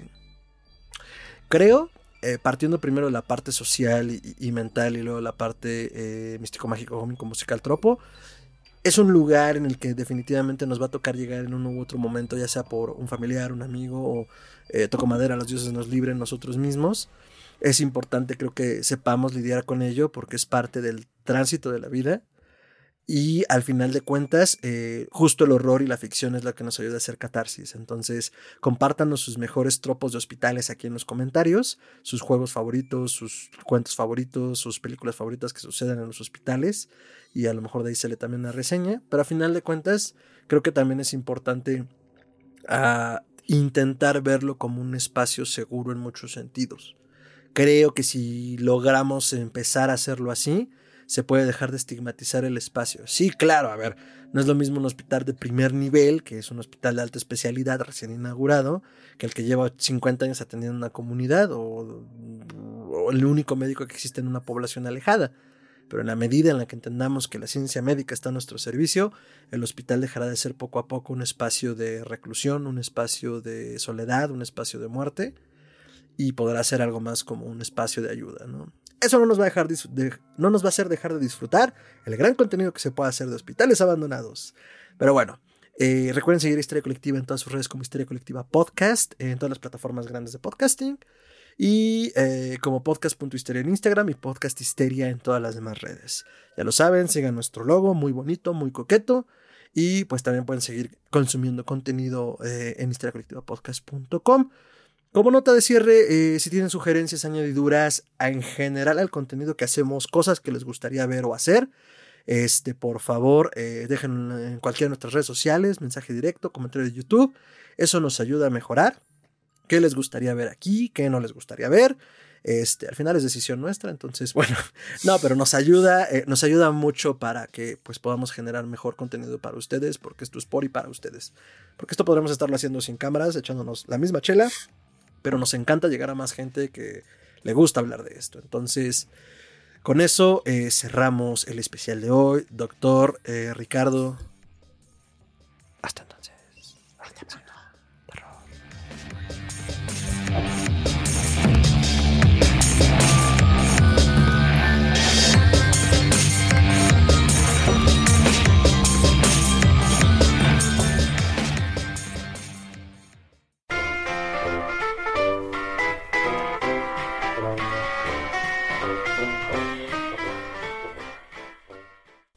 creo, eh, partiendo primero de la parte social y, y mental y luego la parte eh, místico-mágico, cómico, musical, tropo. Es un lugar en el que definitivamente nos va a tocar llegar en uno u otro momento, ya sea por un familiar, un amigo o eh, toco madera, los dioses nos libren nosotros mismos. Es importante, creo que sepamos lidiar con ello porque es parte del tránsito de la vida y al final de cuentas eh, justo el horror y la ficción es lo que nos ayuda a hacer catarsis. Entonces compártanos sus mejores tropos de hospitales aquí en los comentarios, sus juegos favoritos, sus cuentos favoritos, sus películas favoritas que sucedan en los hospitales y a lo mejor de ahí sale también una reseña, pero a final de cuentas creo que también es importante uh, intentar verlo como un espacio seguro en muchos sentidos. Creo que si logramos empezar a hacerlo así, se puede dejar de estigmatizar el espacio. Sí, claro, a ver, no es lo mismo un hospital de primer nivel, que es un hospital de alta especialidad recién inaugurado, que el que lleva cincuenta años atendiendo una comunidad o, o el único médico que existe en una población alejada. Pero en la medida en la que entendamos que la ciencia médica está a nuestro servicio, el hospital dejará de ser poco a poco un espacio de reclusión, un espacio de soledad, un espacio de muerte, y podrá ser algo más como un espacio de ayuda, ¿no? Eso no nos va a dejar de, no nos va a hacer dejar de disfrutar el gran contenido que se puede hacer de hospitales abandonados. Pero bueno, eh, recuerden seguir Histeria Colectiva en todas sus redes como Histeria Colectiva Podcast, en todas las plataformas grandes de podcasting, y eh, como podcast.histeria en Instagram y podcast histeria en todas las demás redes. Ya lo saben, sigan nuestro logo, muy bonito, muy coqueto, y pues también pueden seguir consumiendo contenido eh, en histeria colectiva podcast punto com. Como nota de cierre, eh, si tienen sugerencias, añadiduras en general al contenido que hacemos, cosas que les gustaría ver o hacer, este, por favor, eh, déjenlo en cualquiera de nuestras redes sociales, mensaje directo, comentario de YouTube. Eso nos ayuda a mejorar. ¿Qué les gustaría ver aquí? ¿Qué no les gustaría ver? Este, al final es decisión nuestra, entonces, bueno, no, pero nos ayuda, eh, nos ayuda mucho para que pues podamos generar mejor contenido para ustedes, porque esto es por y para ustedes. Porque esto podremos estarlo haciendo sin cámaras, echándonos la misma chela, pero nos encanta llegar a más gente que le gusta hablar de esto. Entonces, con eso eh, cerramos el especial de hoy. Doctor eh, Ricardo, hasta entonces.